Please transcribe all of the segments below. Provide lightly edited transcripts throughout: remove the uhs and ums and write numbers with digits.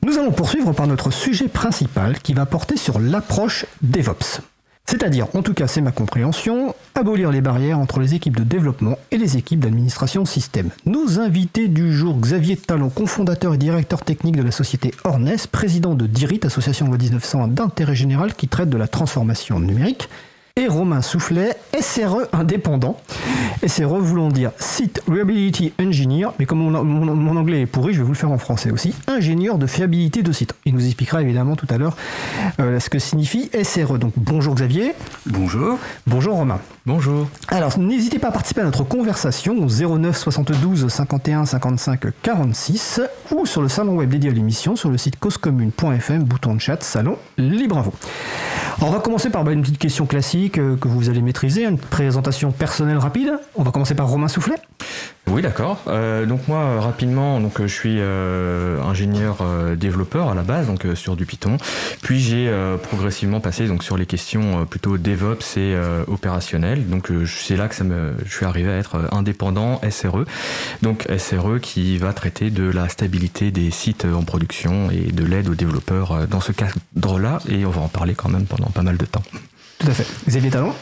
Nous allons poursuivre par notre sujet principal qui va porter sur l'approche DevOps. C'est-à-dire, en tout cas c'est ma compréhension, abolir les barrières entre les équipes de développement et les équipes d'administration système. Nos invités du jour, Xavier Talon, cofondateur et directeur technique de la société Ornes, président de DIRIT, association loi 1901 d'intérêt général qui traite de la transformation numérique, et Romain Soufflet, SRE indépendant. SRE voulant dire Site Reliability Engineer, mais comme mon anglais est pourri, je vais vous le faire en français aussi, ingénieur de fiabilité de site. Il nous expliquera évidemment tout à l'heure ce que signifie SRE. Donc bonjour Xavier. Bonjour. Bonjour Romain. Bonjour. Alors n'hésitez pas à participer à notre conversation au 09 72 51 55 46 ou sur le salon web dédié à l'émission sur le site causecommune.fm, bouton de chat, salon, libre à vous. Alors on va commencer par une petite question classique que vous allez maîtriser, une présentation personnelle rapide. On va commencer par Romain Soufflet. Oui, d'accord. Donc moi, rapidement, je suis ingénieur développeur à la base, donc sur du Python. Puis j'ai progressivement passé sur les questions plutôt DevOps et opérationnelles. Donc c'est là que je suis arrivé à être indépendant SRE. Donc SRE qui va traiter de la stabilité des sites en production et de l'aide aux développeurs dans ce cadre-là. Et on va en parler quand même pendant pas mal de temps. Tout à fait. Xavier Talon.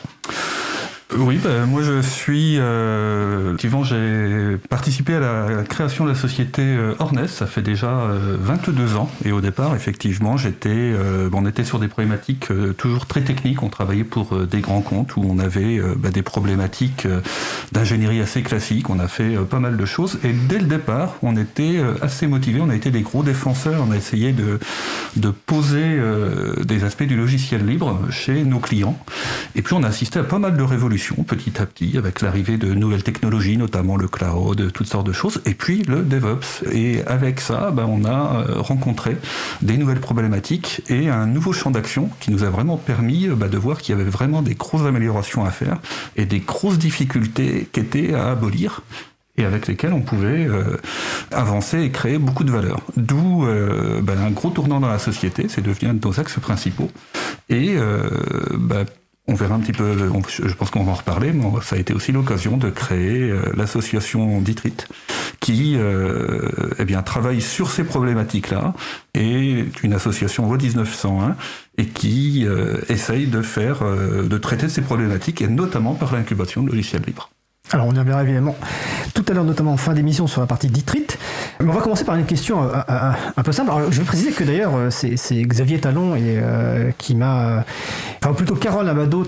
Oui, moi je suis... effectivement, j'ai participé à la création de la société Ornes, ça fait déjà 22 ans. Et au départ, effectivement, on était sur des problématiques toujours très techniques. On travaillait pour des grands comptes où on avait des problématiques d'ingénierie assez classiques. On a fait pas mal de choses. Et dès le départ, on était assez motivés. On a été des gros défenseurs. On a essayé de poser des aspects du logiciel libre chez nos clients. Et puis on a assisté à pas mal de révolutions petit à petit, avec l'arrivée de nouvelles technologies, notamment le cloud, toutes sortes de choses, et puis le DevOps. Et avec ça, on a rencontré des nouvelles problématiques et un nouveau champ d'action qui nous a vraiment permis de voir qu'il y avait vraiment des grosses améliorations à faire et des grosses difficultés qui étaient à abolir et avec lesquels on pouvait avancer et créer beaucoup de valeur. D'où un gros tournant dans la société, c'est devenu un de nos axes principaux. Et on verra un petit peu, je pense qu'on va en reparler, mais ça a été aussi l'occasion de créer l'association DIRIT qui travaille sur ces problématiques-là, et une association loi 1901 et qui essaye de traiter ces problématiques, et notamment par l'incubation de logiciels libres. Alors on y reviendra évidemment tout à l'heure, notamment en fin d'émission sur la partie DIRIT. Mais on va commencer par une question un peu simple. Alors, je vais préciser que d'ailleurs c'est Xavier Talon qui m'a... Enfin plutôt Carole Amadot,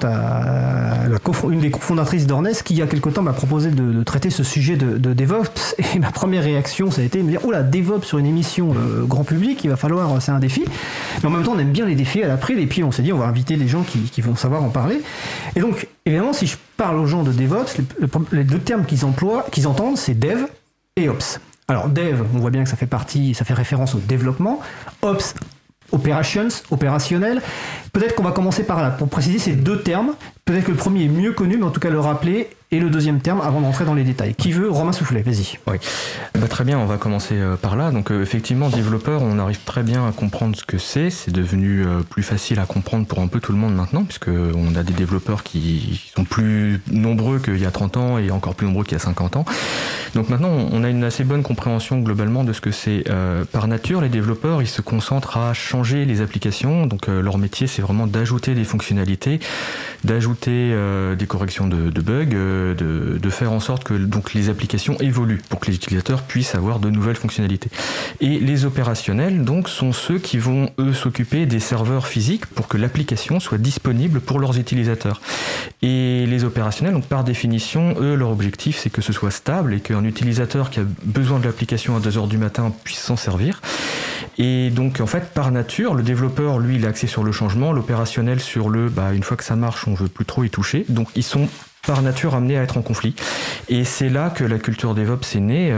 une des cofondatrices d'Ornes, qui il y a quelque temps m'a proposé de traiter ce sujet de DevOps. Et ma première réaction, ça a été de me dire « Oh là, DevOps sur une émission grand public, il va falloir... C'est un défi. » Mais en même temps, on aime bien les défis à l'April. Et puis on s'est dit, on va inviter les gens qui vont savoir en parler. Et donc, évidemment, si je parle aux gens de DevOps, les deux termes qu'ils entendent, c'est Dev et Ops. Alors Dev, on voit bien que ça fait référence au développement. Ops, Operations, opérationnel. Peut-être qu'on va commencer par là, pour préciser ces deux termes. Peut-être que le premier est mieux connu, mais en tout cas le rappeler, et le deuxième terme avant d'entrer dans les détails. Qui veut? Romain Soufflet, vas-y. Oui, très bien, on va commencer par là. Donc effectivement, développeur, on arrive très bien à comprendre ce que c'est. C'est devenu plus facile à comprendre pour un peu tout le monde maintenant, puisqu'on a des développeurs qui sont plus nombreux qu'il y a 30 ans et encore plus nombreux qu'il y a 50 ans. Donc maintenant, on a une assez bonne compréhension globalement de ce que c'est. Par nature, les développeurs, ils se concentrent à changer les applications. Donc leur métier, c'est vraiment d'ajouter des fonctionnalités, d'ajouter des corrections de bugs, de faire en sorte que donc les applications évoluent pour que les utilisateurs puissent avoir de nouvelles fonctionnalités. Et les opérationnels donc sont ceux qui vont eux s'occuper des serveurs physiques pour que l'application soit disponible pour leurs utilisateurs. Et les opérationnels, donc par définition, eux leur objectif c'est que ce soit stable et qu'un utilisateur qui a besoin de l'application à 2h du matin puisse s'en servir. Et donc en fait par nature, le développeur lui il est axé sur le changement, l'opérationnel sur une fois que ça marche on veut plus trop y toucher. Donc ils sont par nature amenés à être en conflit. Et c'est là que la culture DevOps est née.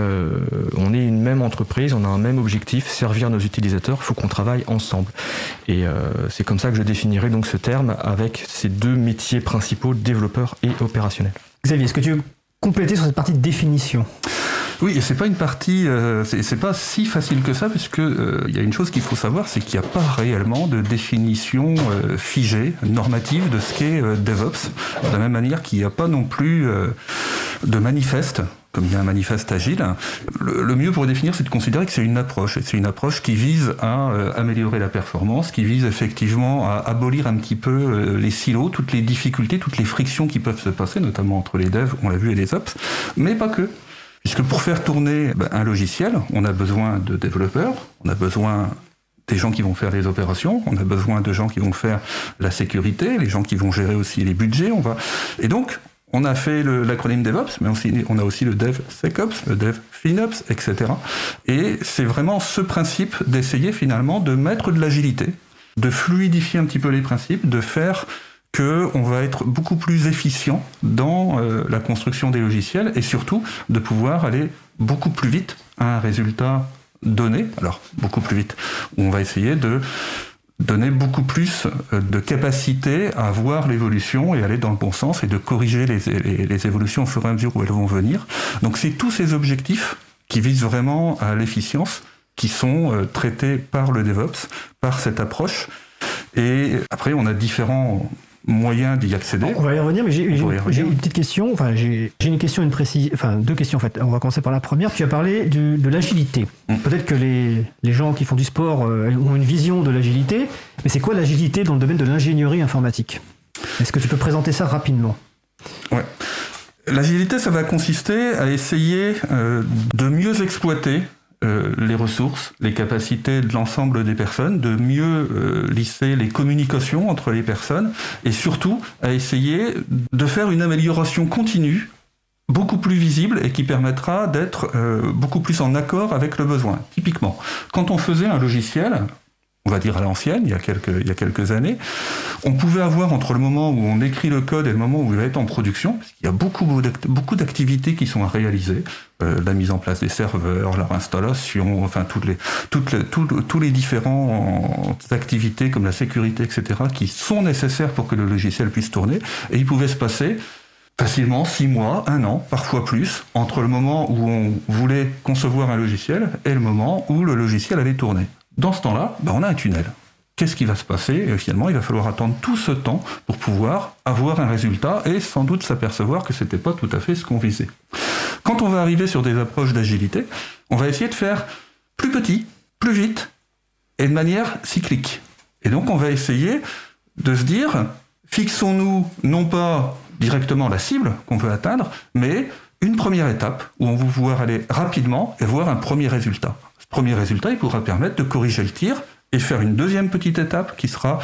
On est une même entreprise, on a un même objectif, servir nos utilisateurs, il faut qu'on travaille ensemble. Et c'est comme ça que je définirais donc ce terme avec ces deux métiers principaux, développeur et opérationnel. Xavier, est-ce que tu veux compléter sur cette partie de définition ? Oui, et c'est pas une partie, c'est pas si facile que ça, puisque il y a une chose qu'il faut savoir, c'est qu'il n'y a pas réellement de définition figée, normative de ce qu'est DevOps, de la même manière qu'il n'y a pas non plus de manifeste comme il y a un manifeste agile, le mieux pour définir, c'est de considérer que c'est une approche. Et c'est une approche qui vise à améliorer la performance, qui vise effectivement à abolir un petit peu les silos, toutes les difficultés, toutes les frictions qui peuvent se passer, notamment entre les devs, on l'a vu, et les ops, mais pas que. Puisque pour faire tourner un logiciel, on a besoin de développeurs, on a besoin des gens qui vont faire les opérations, on a besoin de gens qui vont faire la sécurité, les gens qui vont gérer aussi les budgets. Et donc, on a fait l'acronyme DevOps, mais on a aussi le DevSecOps, le DevFinOps, etc. Et c'est vraiment ce principe d'essayer finalement de mettre de l'agilité, de fluidifier un petit peu les principes, de faire qu'on va être beaucoup plus efficient dans la construction des logiciels et surtout de pouvoir aller beaucoup plus vite à un résultat donné. Alors, beaucoup plus vite, où on va essayer de donner beaucoup plus de capacité à voir l'évolution et aller dans le bon sens et de corriger les évolutions au fur et à mesure où elles vont venir. Donc c'est tous ces objectifs qui visent vraiment à l'efficience qui sont traités par le DevOps, par cette approche. Et après, on a différents moyens d'y accéder. On va y revenir, mais j'ai une petite question. Enfin, j'ai une question, deux questions en fait. On va commencer par la première. Tu as parlé de l'agilité. Peut-être que les gens qui font du sport ont une vision de l'agilité, mais c'est quoi l'agilité dans le domaine de l'ingénierie informatique ? Est-ce que tu peux présenter ça rapidement ? Ouais. L'agilité, ça va consister à essayer de mieux exploiter les ressources, les capacités de l'ensemble des personnes, de mieux lisser les communications entre les personnes et surtout à essayer de faire une amélioration continue beaucoup plus visible et qui permettra d'être beaucoup plus en accord avec le besoin. Typiquement, quand on faisait un logiciel, on va dire à l'ancienne, il y a quelques années, on pouvait avoir entre le moment où on écrit le code et le moment où il va être en production, parce qu'il y a beaucoup d'activités qui sont à réaliser, la mise en place des serveurs, leur installation, enfin tous les différentes activités comme la sécurité, etc., qui sont nécessaires pour que le logiciel puisse tourner, et il pouvait se passer facilement 6 mois, 1 an, parfois plus, entre le moment où on voulait concevoir un logiciel et le moment où le logiciel allait tourner. Dans ce temps-là, on a un tunnel. Qu'est-ce qui va se passer ? Et finalement, il va falloir attendre tout ce temps pour pouvoir avoir un résultat et sans doute s'apercevoir que c'était pas tout à fait ce qu'on visait. Quand on va arriver sur des approches d'agilité, on va essayer de faire plus petit, plus vite et de manière cyclique. Et donc, on va essayer de se dire, fixons-nous non pas directement la cible qu'on veut atteindre, mais une première étape où on va pouvoir aller rapidement et voir un premier résultat. Ce premier résultat, il pourra permettre de corriger le tir et faire une deuxième petite étape qui sera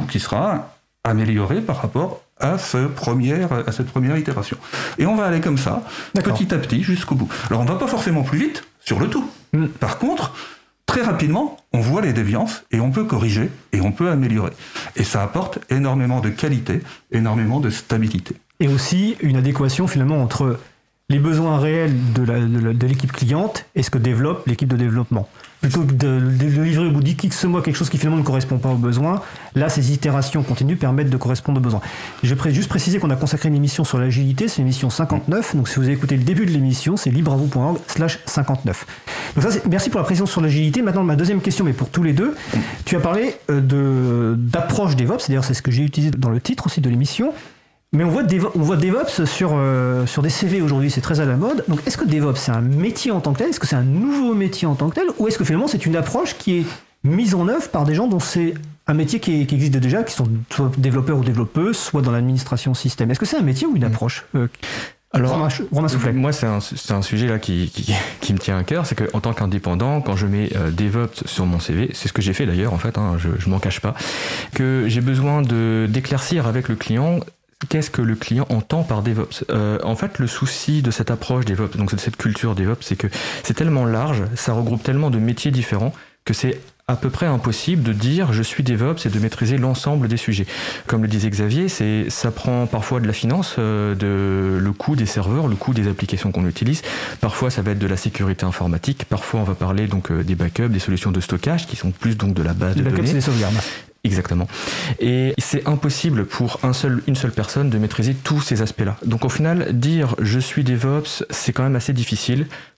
améliorée par rapport à cette première itération. Et on va aller comme ça, petit à petit, jusqu'au bout. Alors on ne va pas forcément plus vite sur le tout. Par contre, très rapidement, on voit les déviances et on peut corriger et on peut améliorer. Et ça apporte énormément de qualité, énormément de stabilité. Et aussi une adéquation finalement entre les besoins réels de l'équipe cliente et ce que développe l'équipe de développement. Plutôt que de livrer au bout d'X mois quelque chose qui finalement ne correspond pas aux besoins, là, ces itérations continues permettent de correspondre aux besoins. Je vais juste préciser qu'on a consacré une émission sur l'agilité, c'est l'émission 59, donc si vous avez écouté le début de l'émission, c'est libreavou.org/59. Donc ça, merci pour la précision sur l'agilité. Maintenant, ma deuxième question, mais pour tous les deux, tu as parlé d'approche DevOps, c'est-à-dire c'est ce que j'ai utilisé dans le titre aussi de l'émission. Mais on voit DevOps sur des CV aujourd'hui, c'est très à la mode. Donc est-ce que DevOps c'est un métier en tant que tel ? Est-ce que c'est un nouveau métier en tant que tel ? Ou est-ce que finalement c'est une approche qui est mise en œuvre par des gens dont c'est un métier qui existe déjà, qui sont soit développeurs ou développeuses, soit dans l'administration système ? Est-ce que c'est un métier ou une approche Alors, moi, c'est un sujet là qui me tient à cœur, c'est qu'en tant qu'indépendant, quand je mets DevOps sur mon CV, c'est ce que j'ai fait d'ailleurs, en fait, je m'en cache pas, que j'ai besoin d'éclaircir avec le client qu'est-ce que le client entend par DevOps. En fait, le souci de cette approche DevOps, donc de cette culture DevOps, c'est que c'est tellement large, ça regroupe tellement de métiers différents que c'est à peu près impossible de dire je suis DevOps et de maîtriser l'ensemble des sujets. Comme le disait Xavier, ça prend parfois de la finance, le coût des serveurs, le coût des applications qu'on utilise. Parfois ça va être de la sécurité informatique, parfois on va parler donc des backups, des solutions de stockage qui sont plus donc de la base de données. Les backups, c'est des sauvegardes. Exactement. Et c'est impossible pour une seule personne de maîtriser tous ces aspects-là. Donc au final, dire je suis DevOps, c'est quand même assez difficile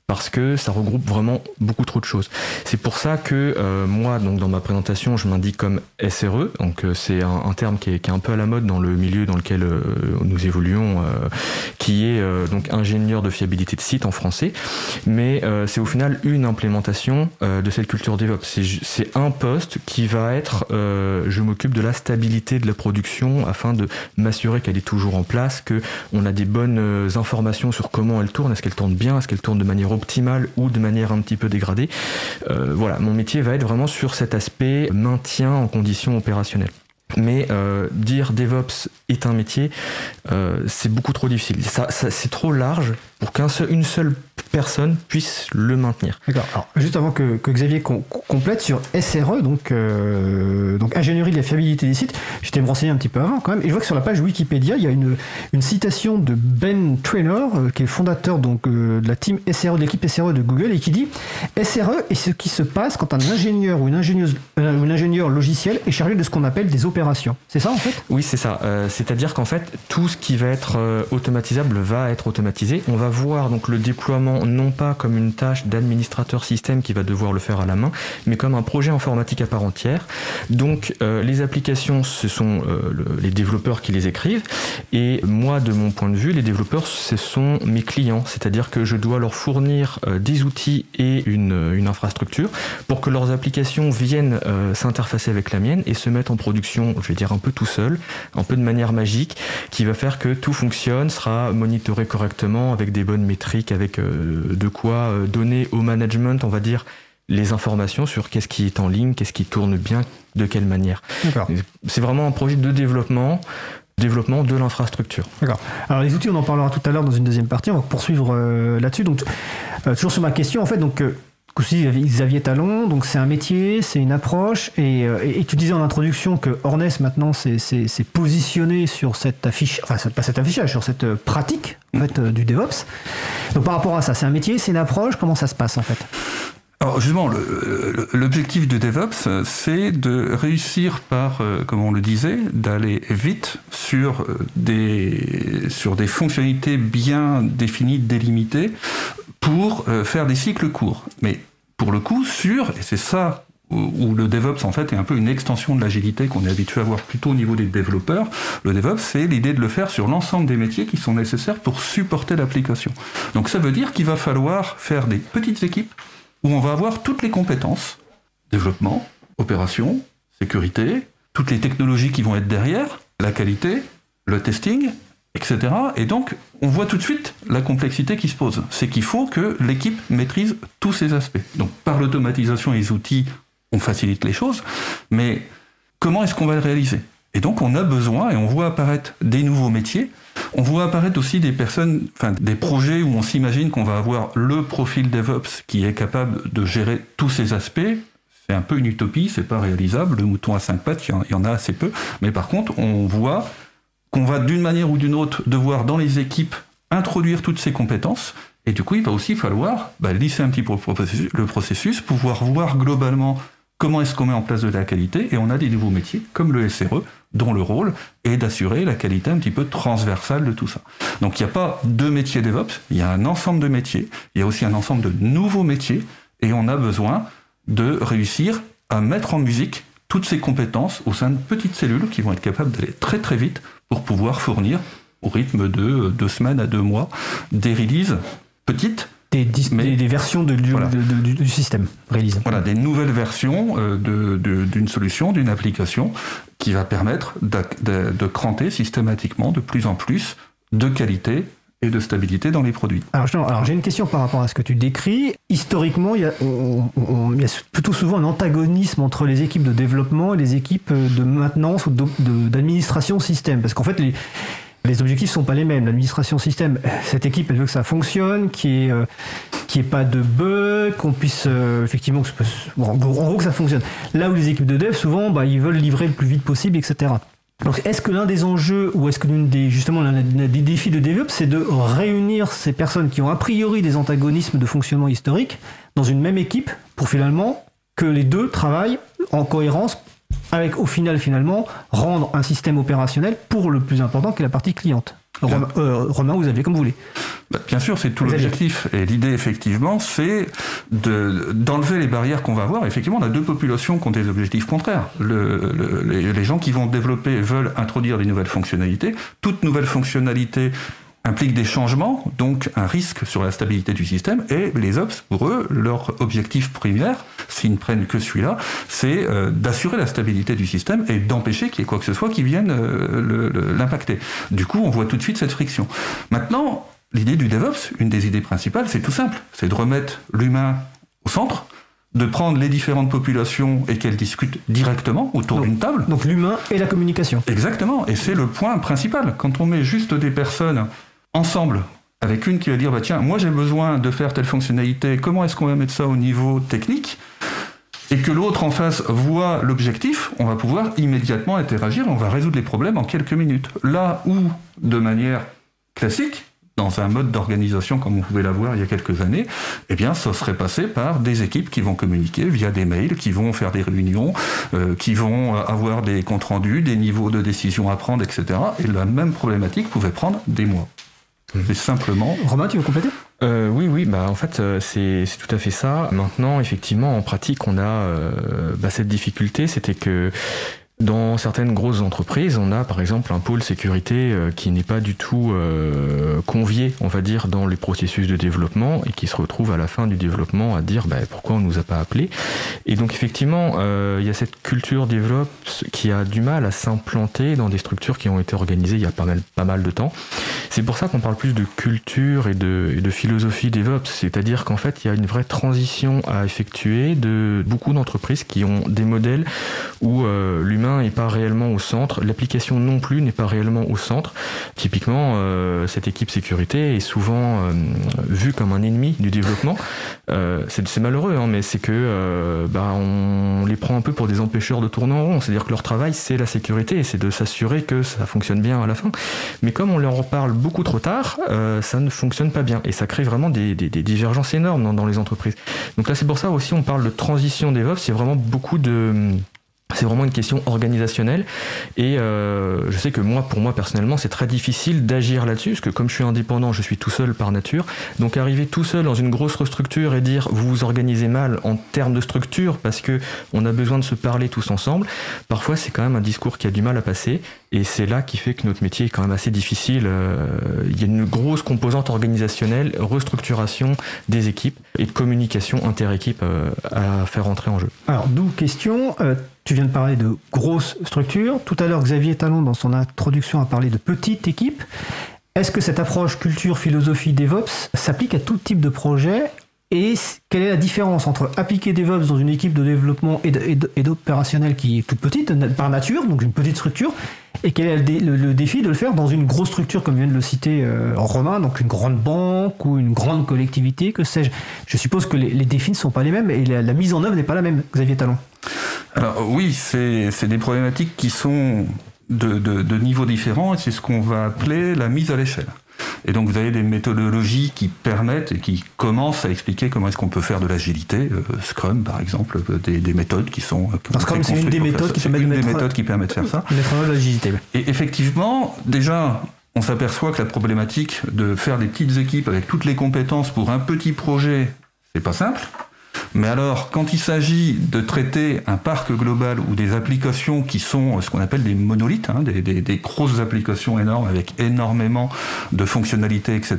parce que ça regroupe vraiment beaucoup trop de choses. C'est pour ça que moi, donc dans ma présentation, je m'indique comme SRE, donc c'est un terme qui est un peu à la mode dans le milieu dans lequel nous évoluons, qui est donc ingénieur de fiabilité de site en français, mais c'est au final une implémentation de cette culture DevOps. C'est un poste qui va être, je m'occupe de la stabilité de la production afin de m'assurer qu'elle est toujours en place, qu'on a des bonnes informations sur comment elle tourne, est-ce qu'elle tourne bien, est-ce qu'elle tourne de manière optimale ou de manière un petit peu dégradée. Voilà, mon métier va être vraiment sur cet aspect maintien en conditions opérationnelles. Mais dire DevOps est un métier, c'est beaucoup trop difficile. C'est trop large pour qu'une seule personne puisse le maintenir. D'accord. Alors, juste avant que Xavier complète sur SRE, donc ingénierie de la fiabilité des sites, j'étais me renseigner un petit peu avant quand même, et je vois que sur la page Wikipédia, il y a une citation de Ben Traynor, qui est le fondateur donc, de la team SRE, de l'équipe SRE de Google, et qui dit « SRE est ce qui se passe quand un ingénieur ou une ingénieur logiciel est chargé de ce qu'on appelle des opérations. » C'est ça en fait ? Oui, c'est ça. C'est-à-dire qu'en fait, tout ce qui va être automatisable va être automatisé. On va voir donc le déploiement non pas comme une tâche d'administrateur système qui va devoir le faire à la main, mais comme un projet informatique à part entière. Donc les applications, ce sont les développeurs qui les écrivent, et moi, de mon point de vue, les développeurs, ce sont mes clients, c'est-à-dire que je dois leur fournir des outils et une infrastructure pour que leurs applications viennent s'interfacer avec la mienne et se mettre en production, je vais dire un peu tout seul, un peu de manière magique, qui va faire que tout fonctionne, sera monitoré correctement avec des bonnes métriques, avec de quoi donner au management, on va dire, les informations sur qu'est-ce qui est en ligne, qu'est-ce qui tourne bien, de quelle manière. D'accord. C'est vraiment un projet de développement de l'infrastructure. D'accord. Alors les outils, on en parlera tout à l'heure dans une deuxième partie, on va poursuivre là-dessus. Donc toujours sur ma question, en fait, donc Xavier Talon, donc c'est un métier, c'est une approche, et tu disais en introduction que Hornès maintenant c'est positionné sur cette affiche, enfin pas cet affichage, sur cette pratique en fait, du DevOps. Donc par rapport à ça, c'est un métier, c'est une approche, comment ça se passe en fait ? Alors justement, l'objectif de DevOps, c'est de réussir par, comme on le disait, d'aller vite sur des fonctionnalités bien définies, délimitées, pour faire des cycles courts. Mais pour le coup, et c'est ça où le DevOps en fait est un peu une extension de l'agilité qu'on est habitué à voir plutôt au niveau des développeurs, le DevOps, c'est l'idée de le faire sur l'ensemble des métiers qui sont nécessaires pour supporter l'application. Donc ça veut dire qu'il va falloir faire des petites équipes où on va avoir toutes les compétences, développement, opération, sécurité, toutes les technologies qui vont être derrière, la qualité, le testing, etc. Et donc, on voit tout de suite la complexité qui se pose. C'est qu'il faut que l'équipe maîtrise tous ces aspects. Donc, par l'automatisation et les outils, on facilite les choses, mais comment est-ce qu'on va le réaliser ? Et donc, on a besoin, et on voit apparaître des nouveaux métiers. On voit apparaître aussi des projets où on s'imagine qu'on va avoir le profil DevOps qui est capable de gérer tous ces aspects. C'est un peu une utopie, c'est pas réalisable. Le mouton à 5 pattes, il y en a assez peu. Mais par contre, on voit qu'on va d'une manière ou d'une autre devoir dans les équipes introduire toutes ces compétences. Et du coup, il va aussi falloir lisser un petit peu le processus, pouvoir voir globalement comment est-ce qu'on met en place de la qualité. Et on a des nouveaux métiers, comme le SRE, dont le rôle est d'assurer la qualité un petit peu transversale de tout ça. Donc il n'y a pas deux métiers DevOps, il y a un ensemble de métiers, il y a aussi un ensemble de nouveaux métiers, et on a besoin de réussir à mettre en musique toutes ces compétences au sein de petites cellules qui vont être capables d'aller très très vite pour pouvoir fournir, au rythme de 2 semaines à 2 mois, des releases petites, des versions du système release. Voilà, des nouvelles versions d'une solution, d'une application qui va permettre de cranter systématiquement de plus en plus de qualité et de stabilité dans les produits. Alors j'ai une question par rapport à ce que tu décris. Historiquement, il y a plutôt souvent un antagonisme entre les équipes de développement et les équipes de maintenance ou d'administration système. Parce qu'en fait, les objectifs sont pas les mêmes. L'administration système, cette équipe, elle veut que ça fonctionne, qu'il n'y ait pas de bugs, qu'on puisse effectivement, en gros que ça fonctionne. Là où les équipes de dev, souvent, ils veulent livrer le plus vite possible, etc. Donc, est-ce que l'un des enjeux, ou est-ce que l'un des défis de DevOps, c'est de réunir ces personnes qui ont a priori des antagonismes de fonctionnement historique dans une même équipe pour finalement que les deux travaillent en cohérence avec, au final, finalement, rendre un système opérationnel pour le plus important qui est la partie cliente? Romain, vous appelez comme vous voulez. Bien sûr, c'est tout l'objectif. Et l'idée, effectivement, c'est d'enlever les barrières qu'on va avoir. Effectivement, on a deux populations qui ont des objectifs contraires. Les gens qui vont développer veulent introduire des nouvelles fonctionnalités. Toute nouvelle fonctionnalité implique des changements, donc un risque sur la stabilité du système. Et les ops, pour eux, leur objectif primaire, s'ils ne prennent que celui-là, c'est d'assurer la stabilité du système et d'empêcher qu'il y ait quoi que ce soit qui vienne l'impacter. Du coup, on voit tout de suite cette friction. Maintenant, l'idée du DevOps, une des idées principales, c'est tout simple. C'est de remettre l'humain au centre, de prendre les différentes populations et qu'elles discutent directement autour d'une table. Donc l'humain et la communication. Exactement, et c'est le point principal. Quand on met juste des personnes ensemble, avec une qui va dire, tiens, moi j'ai besoin de faire telle fonctionnalité, comment est-ce qu'on va mettre ça au niveau technique ? Et que l'autre en face voit l'objectif, on va pouvoir immédiatement interagir, on va résoudre les problèmes en quelques minutes. Là où, de manière classique, dans un mode d'organisation comme on pouvait l'avoir il y a quelques années, eh bien, ça serait passé par des équipes qui vont communiquer via des mails, qui vont faire des réunions, qui vont avoir des comptes rendus, des niveaux de décision à prendre, etc. Et la même problématique pouvait prendre des mois. C'est simplement... Romain, tu veux compléter ? Oui, en fait, c'est tout à fait ça. Maintenant, effectivement, en pratique, on a cette difficulté, c'était que dans certaines grosses entreprises, on a par exemple un pôle sécurité qui n'est pas du tout convié, on va dire, dans les processus de développement et qui se retrouve à la fin du développement à dire pourquoi on nous a pas appelés. Et donc effectivement, il y a cette culture DevOps qui a du mal à s'implanter dans des structures qui ont été organisées il y a pas mal de temps. C'est pour ça qu'on parle plus de culture et de philosophie DevOps, c'est-à-dire qu'en fait, il y a une vraie transition à effectuer de beaucoup d'entreprises qui ont des modèles où l'humain n'est pas réellement au centre, l'application non plus n'est pas réellement au centre. Typiquement, cette équipe sécurité est souvent vue comme un ennemi du développement. C'est malheureux, mais c'est que on les prend un peu pour des empêcheurs de tourner en rond. C'est-à-dire que leur travail, c'est la sécurité, c'est de s'assurer que ça fonctionne bien à la fin. Mais comme on leur en parle beaucoup trop tard, ça ne fonctionne pas bien. Et ça crée vraiment des divergences énormes dans les entreprises. Donc là, c'est pour ça aussi, on parle de transition DevOps, c'est vraiment c'est vraiment une question organisationnelle et je sais que pour moi personnellement c'est très difficile d'agir là-dessus parce que comme je suis indépendant, je suis tout seul par nature, donc arriver tout seul dans une grosse structure et dire vous vous organisez mal en termes de structure parce que on a besoin de se parler tous ensemble, parfois c'est quand même un discours qui a du mal à passer et c'est là qui fait que notre métier est quand même assez difficile. Il y a une grosse composante organisationnelle, restructuration des équipes et de communication inter-équipe à faire entrer en jeu. Alors d'où question... Tu viens de parler de grosses structures. Tout à l'heure, Xavier Talon, dans son introduction, a parlé de petites équipes. Est-ce que cette approche culture, philosophie, DevOps s'applique à tout type de projet ? Et quelle est la différence entre appliquer DevOps dans une équipe de développement et d'opérationnel qui est toute petite, par nature, donc une petite structure, et quel est le défi de le faire dans une grosse structure, comme vient de le citer Romain, donc une grande banque ou une grande collectivité, que sais-je. Je suppose que les défis ne sont pas les mêmes et la mise en œuvre n'est pas la même, Xavier Talon. Alors oui, c'est des problématiques qui sont de niveaux différents et c'est ce qu'on va appeler la mise à l'échelle. Et donc vous avez des méthodologies qui permettent et qui commencent à expliquer comment est-ce qu'on peut faire de l'agilité. Scrum par exemple, des méthodes qui sont... Scrum c'est une des méthodes qui permet de faire ça. Mettre en œuvre l'agilité. Et effectivement, déjà... On s'aperçoit que la problématique de faire des petites équipes avec toutes les compétences pour un petit projet, c'est pas simple. Mais alors, quand il s'agit de traiter un parc global ou des applications qui sont ce qu'on appelle des monolithes, des grosses applications énormes avec énormément de fonctionnalités, etc.,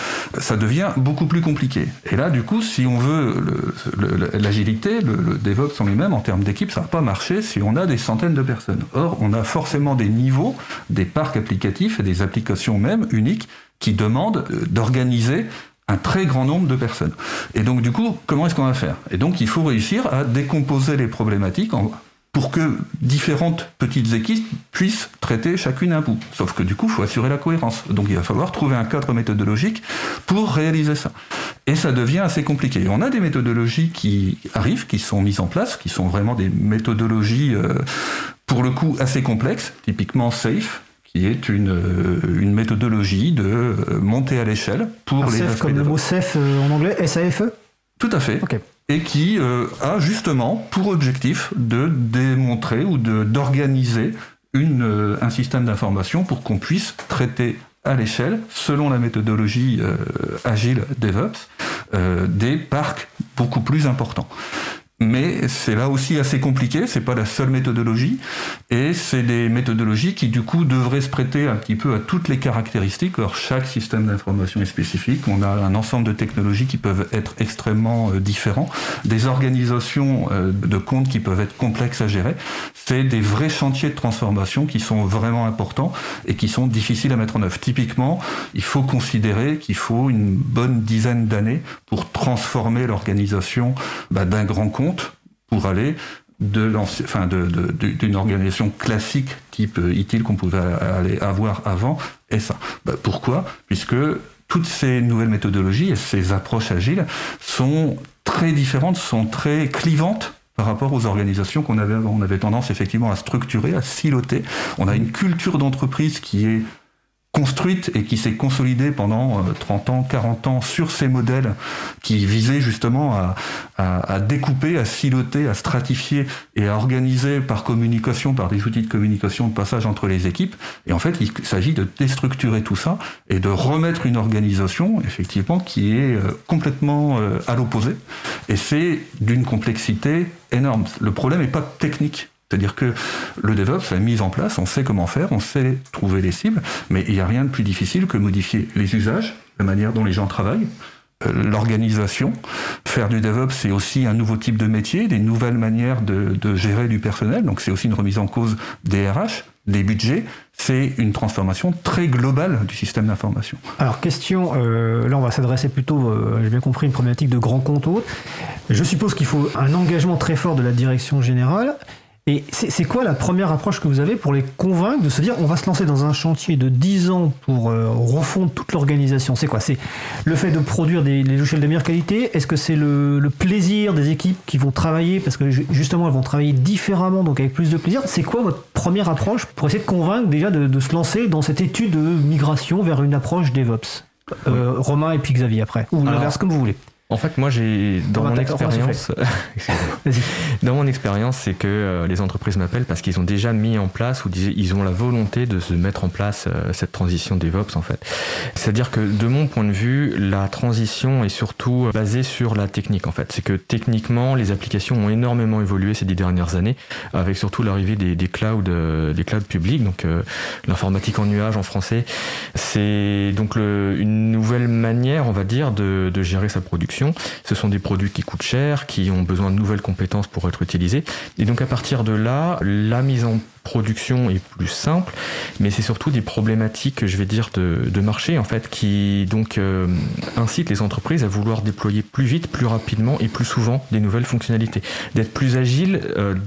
ça devient beaucoup plus compliqué. Et là, du coup, si on veut l'agilité, le DevOps en lui-même, en termes d'équipe, ça va pas marcher si on a des centaines de personnes. Or, on a forcément des niveaux, des parcs applicatifs et des applications même uniques qui demandent d'organiser un très grand nombre de personnes. Et donc, du coup, comment est-ce qu'on va faire ? Et donc, il faut réussir à décomposer les problématiques pour que différentes petites équipes puissent traiter chacune un bout. Sauf que, du coup, il faut assurer la cohérence. Donc, il va falloir trouver un cadre méthodologique pour réaliser ça. Et ça devient assez compliqué. Et on a des méthodologies qui arrivent, qui sont mises en place, qui sont vraiment des méthodologies, pour le coup, assez complexes, typiquement SAFe, qui est une méthodologie de monter à l'échelle pour les aspects comme le mot SAFe en anglais, SAFE ? Tout à fait. Okay. Et qui a justement pour objectif de démontrer ou d'organiser un système d'information pour qu'on puisse traiter à l'échelle, selon la méthodologie agile DevOps, des parcs beaucoup plus importants. Mais c'est là aussi assez compliqué, c'est pas la seule méthodologie, et c'est des méthodologies qui du coup devraient se prêter un petit peu à toutes les caractéristiques. Or, chaque système d'information est spécifique, on a un ensemble de technologies qui peuvent être extrêmement différents, des organisations de comptes qui peuvent être complexes à gérer. C'est des vrais chantiers de transformation qui sont vraiment importants et qui sont difficiles à mettre en œuvre. Typiquement, il faut considérer qu'il faut une bonne dizaine d'années pour transformer l'organisation d'un grand compte pour aller d'une organisation classique type ITIL qu'on pouvait aller avoir avant et ça. Pourquoi ? Puisque toutes ces nouvelles méthodologies et ces approches agiles sont très différentes, sont très clivantes par rapport aux organisations qu'on avait avant. On avait tendance effectivement à structurer, à siloter. On a une culture d'entreprise qui est construite et qui s'est consolidée pendant 30 ans, 40 ans sur ces modèles qui visaient justement à découper, à siloter, à stratifier et à organiser par communication, par des outils de communication de passage entre les équipes. Et en fait, il s'agit de déstructurer tout ça et de remettre une organisation, effectivement, qui est complètement à l'opposé. Et c'est d'une complexité énorme. Le problème n'est pas technique. C'est-à-dire que le DevOps, la mise en place, on sait comment faire, on sait trouver les cibles, mais il n'y a rien de plus difficile que modifier les usages, la manière dont les gens travaillent, l'organisation. Faire du DevOps, c'est aussi un nouveau type de métier, des nouvelles manières de gérer du personnel, donc c'est aussi une remise en cause des RH, des budgets. C'est une transformation très globale du système d'information. Alors, question, là on va s'adresser plutôt, j'ai bien compris, une problématique de grands comptes autres. Je suppose qu'il faut un engagement très fort de la direction générale. Et c'est quoi la première approche que vous avez pour les convaincre de se dire on va se lancer dans un chantier de 10 ans pour refondre toute l'organisation ? C'est quoi ? C'est le fait de produire des logiciels de meilleure qualité ? Est-ce que c'est le plaisir des équipes qui vont travailler parce que justement elles vont travailler différemment, donc avec plus de plaisir ? C'est quoi votre première approche pour essayer de convaincre déjà de se lancer dans cette étude de migration vers une approche DevOps ? Romain et puis Xavier après, ou l'inverse, comme vous voulez. En fait, moi, dans mon expérience, c'est que les entreprises m'appellent parce qu'ils ont déjà mis en place ou ils ont la volonté de se mettre en place cette transition DevOps, en fait. C'est-à-dire que, de mon point de vue, la transition est surtout basée sur la technique, en fait. C'est que techniquement, les applications ont énormément évolué ces 10 dernières années, avec surtout l'arrivée des clouds publics, donc l'informatique en nuage en français. C'est donc une nouvelle manière, on va dire, de gérer sa production. Ce sont des produits qui coûtent cher, qui ont besoin de nouvelles compétences pour être utilisés. Et donc à partir de là, la mise en production est plus simple, mais c'est surtout des problématiques, je vais dire, de marché, en fait, qui donc incitent les entreprises à vouloir déployer plus vite, plus rapidement et plus souvent des nouvelles fonctionnalités. D'être plus agile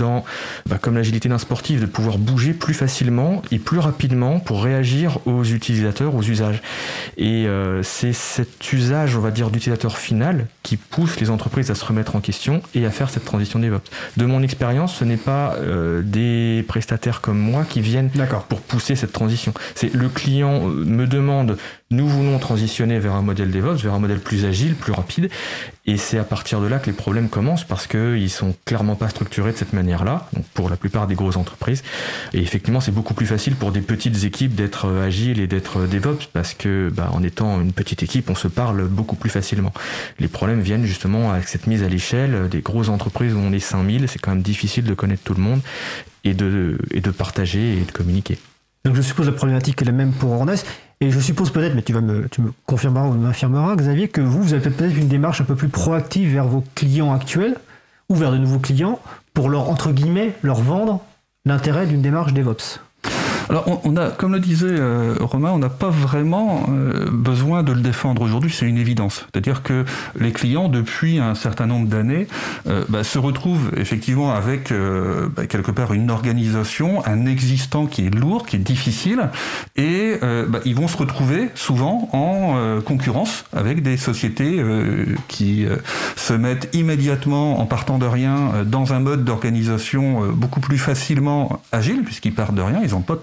comme l'agilité d'un sportif, de pouvoir bouger plus facilement et plus rapidement pour réagir aux utilisateurs, aux usages. Et c'est cet usage, on va dire, d'utilisateur final qui pousse les entreprises à se remettre en question et à faire cette transition DevOps. De mon expérience, ce n'est pas des prestataires comme moi qui viennent pour pousser cette transition. C'est le client me demande, nous voulons transitionner vers un modèle DevOps, vers un modèle plus agile, plus rapide, et c'est à partir de là que les problèmes commencent parce qu'ils sont clairement pas structurés de cette manière-là, donc pour la plupart des grosses entreprises. Et effectivement, c'est beaucoup plus facile pour des petites équipes d'être agiles et d'être DevOps parce que, en étant une petite équipe, on se parle beaucoup plus facilement. Les problèmes viennent justement avec cette mise à l'échelle des grosses entreprises où on est 5000, c'est quand même difficile de connaître tout le monde et de partager et de communiquer. Donc je suppose la problématique est la même pour Hornes. Et je suppose peut-être, mais tu me confirmeras ou m'affirmeras, Xavier, que vous avez peut-être une démarche un peu plus proactive vers vos clients actuels ou vers de nouveaux clients pour leur, entre guillemets, leur vendre l'intérêt d'une démarche DevOps. Alors, on a, comme le disait Romain, on n'a pas vraiment besoin de le défendre aujourd'hui, c'est une évidence. C'est-à-dire que les clients, depuis un certain nombre d'années, se retrouvent effectivement avec quelque part une organisation, un existant qui est lourd, qui est difficile, et ils vont se retrouver souvent en concurrence avec des sociétés qui se mettent immédiatement, en partant de rien, dans un mode d'organisation beaucoup plus facilement agile, puisqu'ils partent de rien, ils n'ont pas tout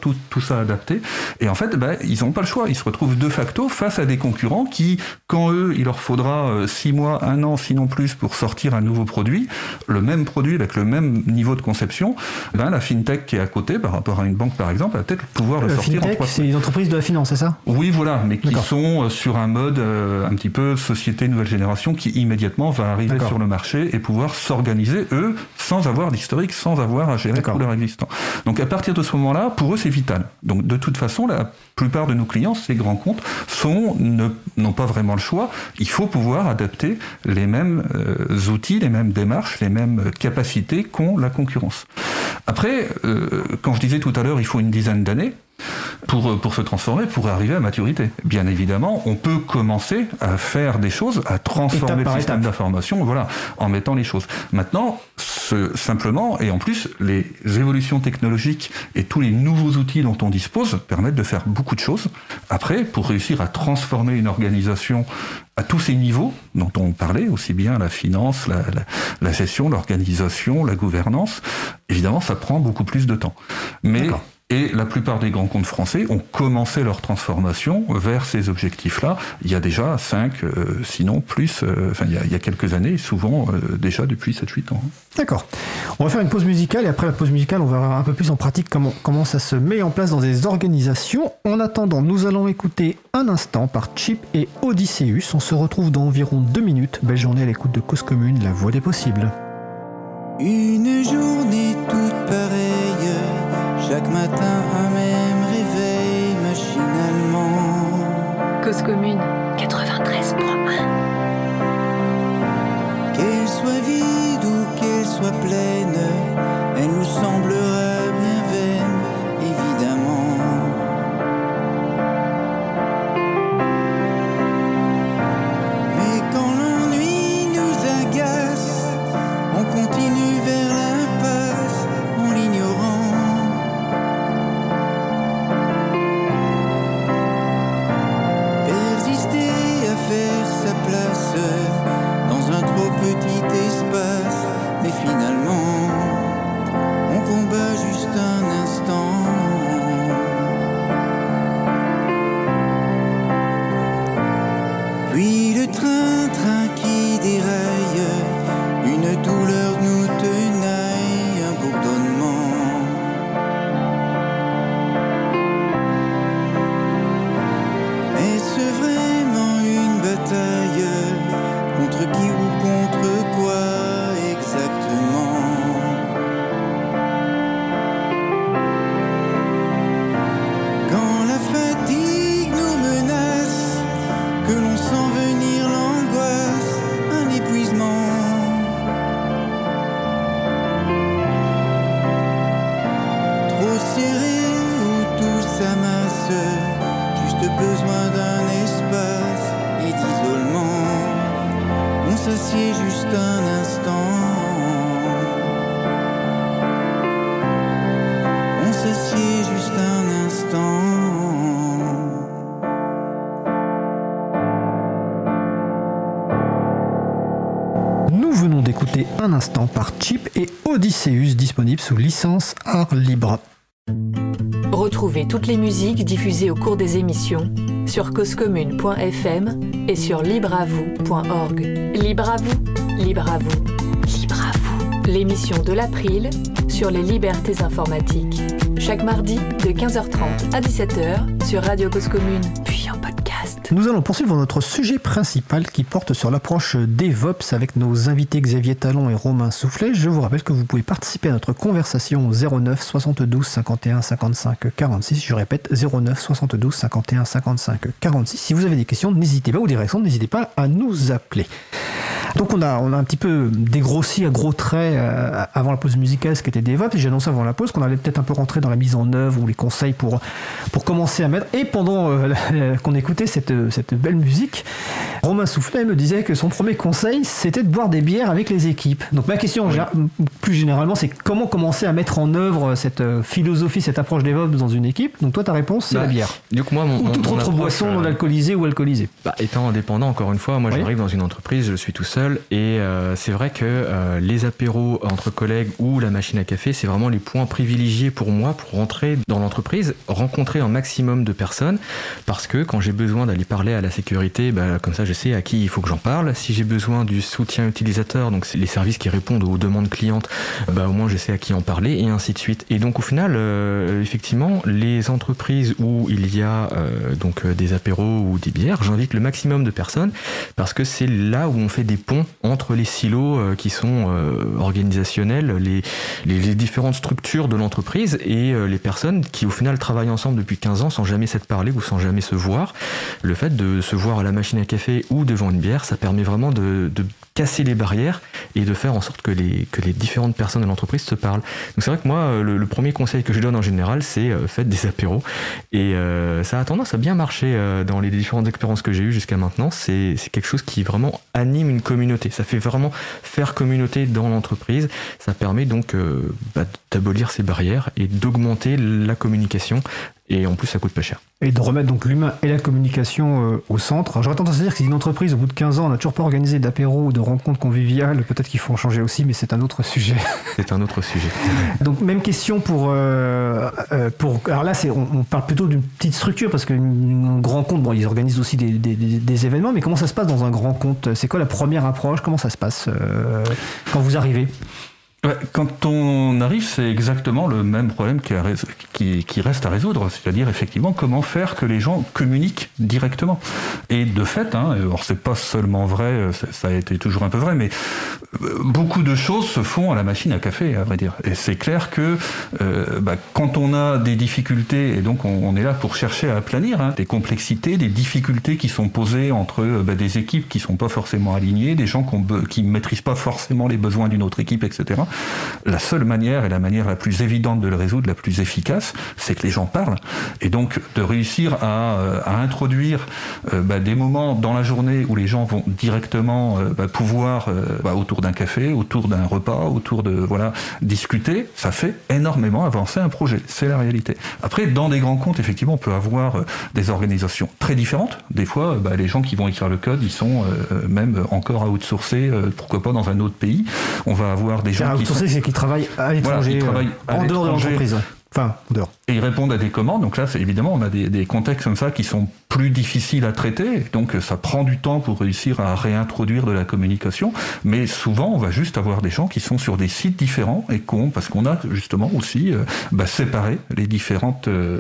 tout ça adapté. Et en fait, ils n'ont pas le choix. Ils se retrouvent de facto face à des concurrents qui, quand eux, il leur faudra 6 mois, 1 an, sinon plus, pour sortir un nouveau produit, le même produit avec le même niveau de conception, la fintech qui est à côté, par rapport à une banque par exemple, va peut-être pouvoir le sortir fintech, en 3 c'est les entreprises de la finance, c'est ça ? Oui, voilà, mais qui sont sur un mode un petit peu société nouvelle génération qui immédiatement va arriver sur le marché et pouvoir s'organiser, eux, sans avoir d'historique, sans avoir à gérer tout leur existant. Donc à partir de ce moment-là, pour eux, c'est vital. Donc de toute façon, la plupart de nos clients, ces grands comptes, n'ont pas vraiment le choix. Il faut pouvoir adapter les mêmes outils, les mêmes démarches, les mêmes capacités qu'ont la concurrence. Après, quand je disais tout à l'heure, il faut une dizaine d'années pour se transformer, pour arriver à maturité. Bien évidemment, on peut commencer à faire des choses, à transformer le système d'information, en mettant les choses. Maintenant, simplement, et en plus, les évolutions technologiques et tous les nouveaux outils dont on dispose permettent de faire beaucoup de choses. Après, pour réussir à transformer une organisation à tous ces niveaux dont on parlait, aussi bien la finance, la gestion, l'organisation, la gouvernance, évidemment, ça prend beaucoup plus de temps. Et la plupart des grands comptes français ont commencé leur transformation vers ces objectifs-là. Il y a déjà 5, sinon plus, il y a quelques années, souvent déjà depuis 7-8 ans. D'accord. On va faire une pause musicale et après la pause musicale, on va voir un peu plus en pratique comment ça se met en place dans des organisations. En attendant, nous allons écouter Un instant par Chip et Odysseus. On se retrouve dans environ 2 minutes. Belle journée à l'écoute de Cause Commune, la voix des possibles. Une journée toute pareille, chaque matin un même réveil machinalement. Cause Commune 93.1. Qu'elle soit vide ou qu'elle soit pleine, elle nous semblera bien vaine, évidemment. Mais quand l'ennui nous agace, on continue vers l'impasse en l'ignorant. Faire sa place dans un trop petit espace, mais finalement on combat juste un instant. Puis le train qui déraille, une douleur nous tenaille, un bourdonnement. Est-ce vraiment une bataille? Contre qui ou contre quoi exactement? Quand la fatigue nous menace, que l'on sent venir l'angoisse, un épuisement. Trop serré ou tout s'amasse, juste besoin d'un espace et d'isolement. On s'assied juste un instant. On s'assied juste un instant. Nous venons d'écouter Un instant par Chip et Odysseus, disponible sous licence Art Libre. Retrouvez toutes les musiques diffusées au cours des émissions sur causecommune.fm et sur libreavou.org. Libre à vous, libre à vous, libre à vous. L'émission de l'April sur les libertés informatiques. Chaque mardi de 15h30 à 17h sur Radio Cause Commune, puis en podcast. Nous allons poursuivre notre sujet principal qui porte sur l'approche DevOps avec nos invités Xavier Talon et Romain Soufflet. Je vous rappelle que vous pouvez participer à notre conversation au 09 72 51 55 46. Je répète, 09 72 51 55 46. Si vous avez des questions, n'hésitez pas, ou des réactions, n'hésitez pas à nous appeler. Donc on a un petit peu dégrossi à gros traits avant la pause musicale ce qu'était DevOps, et j'ai annoncé avant la pause qu'on allait peut-être un peu rentrer dans la mise en œuvre ou les conseils pour commencer à mettre. Et pendant qu'on écoutait cette belle musique, Romain Soufflet me disait que son premier conseil c'était de boire des bières avec les équipes. Donc ma question plus généralement, c'est comment commencer à mettre en œuvre cette philosophie, cette approche DevOps dans une équipe. Donc toi ta réponse c'est la bière. Donc moi, ou toute autre boisson non alcoolisée ou alcoolisée. Étant indépendant, encore une fois, moi j'arrive dans une entreprise, je suis tout seul. seul. Et c'est vrai que les apéros entre collègues ou la machine à café, c'est vraiment les points privilégiés pour moi pour rentrer dans l'entreprise, rencontrer un maximum de personnes, parce que quand j'ai besoin d'aller parler à la sécurité, comme ça je sais à qui il faut que j'en parle. Si j'ai besoin du soutien utilisateur, donc c'est les services qui répondent aux demandes clientes, au moins je sais à qui en parler, et ainsi de suite. Et donc au final, effectivement, les entreprises où il y a des apéros ou des bières, j'invite le maximum de personnes, parce que c'est là où on fait des ponts entre les silos qui sont organisationnels, les différentes structures de l'entreprise et les personnes qui au final travaillent ensemble depuis 15 ans sans jamais s'être parlé ou sans jamais se voir. Le fait de se voir à la machine à café ou devant une bière, ça permet vraiment de casser les barrières et de faire en sorte que les différentes personnes de l'entreprise se parlent. Donc c'est vrai que moi, le premier conseil que je donne en général, c'est faites des apéros. Et ça a tendance à bien marcher dans les différentes expériences que j'ai eues jusqu'à maintenant. C'est quelque chose qui vraiment anime une communauté. Ça fait vraiment faire communauté dans l'entreprise. Ça permet donc d'abolir ces barrières et d'augmenter la communication. Et en plus, ça coûte pas cher. Et de remettre donc l'humain et la communication au centre. Alors, j'aurais tendance à dire que si une entreprise, au bout de 15 ans, n'a toujours pas organisé d'apéro ou de rencontres conviviales, peut-être qu'il faut en changer aussi, mais c'est un autre sujet. C'est un autre sujet. Donc, même question pour alors là, on parle plutôt d'une petite structure, parce qu'un grand compte, ils organisent aussi des événements, mais comment ça se passe dans un grand compte ? C'est quoi la première approche ? Comment ça se passe quand vous arrivez ? Ouais, quand on arrive, c'est exactement le même problème qui reste à résoudre, c'est-à-dire effectivement comment faire que les gens communiquent directement. Et de fait, alors c'est pas seulement vrai, ça a été toujours un peu vrai, mais beaucoup de choses se font à la machine à café, à vrai dire. Et c'est clair que quand on a des difficultés, et donc on est là pour chercher à aplanir des complexités, des difficultés qui sont posées entre des équipes qui sont pas forcément alignées, des gens qui maîtrisent pas forcément les besoins d'une autre équipe, etc. La seule manière, et la manière la plus évidente de le résoudre, la plus efficace, c'est que les gens parlent. Et donc de réussir à introduire des moments dans la journée où les gens vont directement pouvoir, autour d'un café, autour d'un repas, autour de discuter, ça fait énormément avancer un projet. C'est la réalité. Après, dans des grands comptes, effectivement, on peut avoir des organisations très différentes. Des fois, les gens qui vont écrire le code, ils sont même encore outsourcés, pourquoi pas dans un autre pays. On va avoir des gens c'est qu'ils travaillent à l'étranger, en dehors de l'entreprise. Enfin, en dehors. Et ils répondent à des commandes. Donc là, évidemment, on a des contextes comme ça qui sont plus difficiles à traiter. Donc ça prend du temps pour réussir à réintroduire de la communication. Mais souvent, on va juste avoir des gens qui sont sur des sites différents et parce qu'on a justement aussi séparé les différents